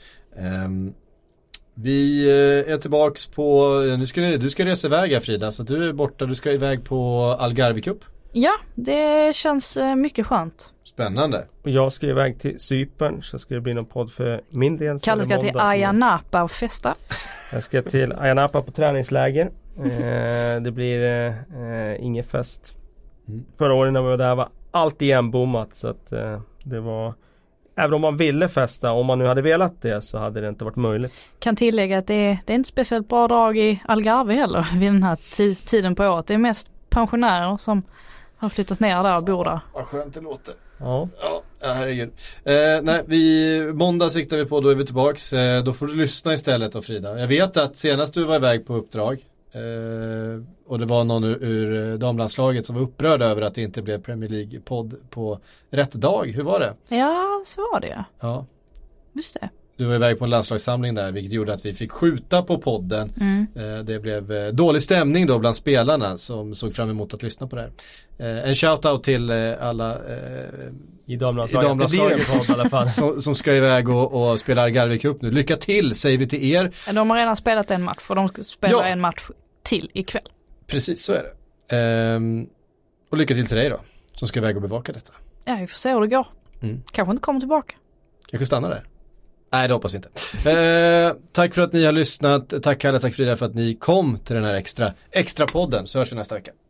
Vi är tillbaks på, du ska resa iväg här, Frida, så du är borta, du ska iväg på Algarve Cup. Ja, det känns mycket skönt. Spännande. Och jag ska iväg till Cypern, så ska det bli någon podd för min del. Kalle ska till Ayia Napa och festa. Jag ska till Ayia Napa på träningsläger. Det blir ingen fest. Förra året när vi var där var allt igen bommat, så att det var, även om man ville festa, om man nu hade velat det, så hade det inte varit möjligt. Kan tillägga att det är inte speciellt bra drag i Algarve heller vid den här tiden på året. Det är mest pensionärer som har flyttat ner där och bor där. Vad skönt det låter. Ja, herregud. Måndag siktar vi på, då är vi tillbaks. Då får du lyssna istället då, Frida. Jag vet att senast du var iväg på uppdrag och det var någon ur damlandslaget som var upprörd över att det inte blev Premier League-podd på rätt dag. Hur var det? Ja, så var det. Ja. Just det. Du var iväg på en landslagssamling där, vilket gjorde att vi fick skjuta på podden. Det blev dålig stämning då bland spelarna som såg fram emot att lyssna på det här. En shoutout till alla i damlandslaget som ska iväg och spela Algarve Cup nu. Lycka till, säger vi till er. De har redan spelat en match och de spelar en match till ikväll. Precis, så är det. Och lycka till dig då, som ska iväg och bevaka detta. Ja, vi får se hur det går. Kanske inte kommer tillbaka. Kanske stannar där. Nej, det hoppas vi inte. Tack för att ni har lyssnat. Tack Kalle, tack Frida för att ni kom till den här extra podden. Så hörs vi nästa vecka.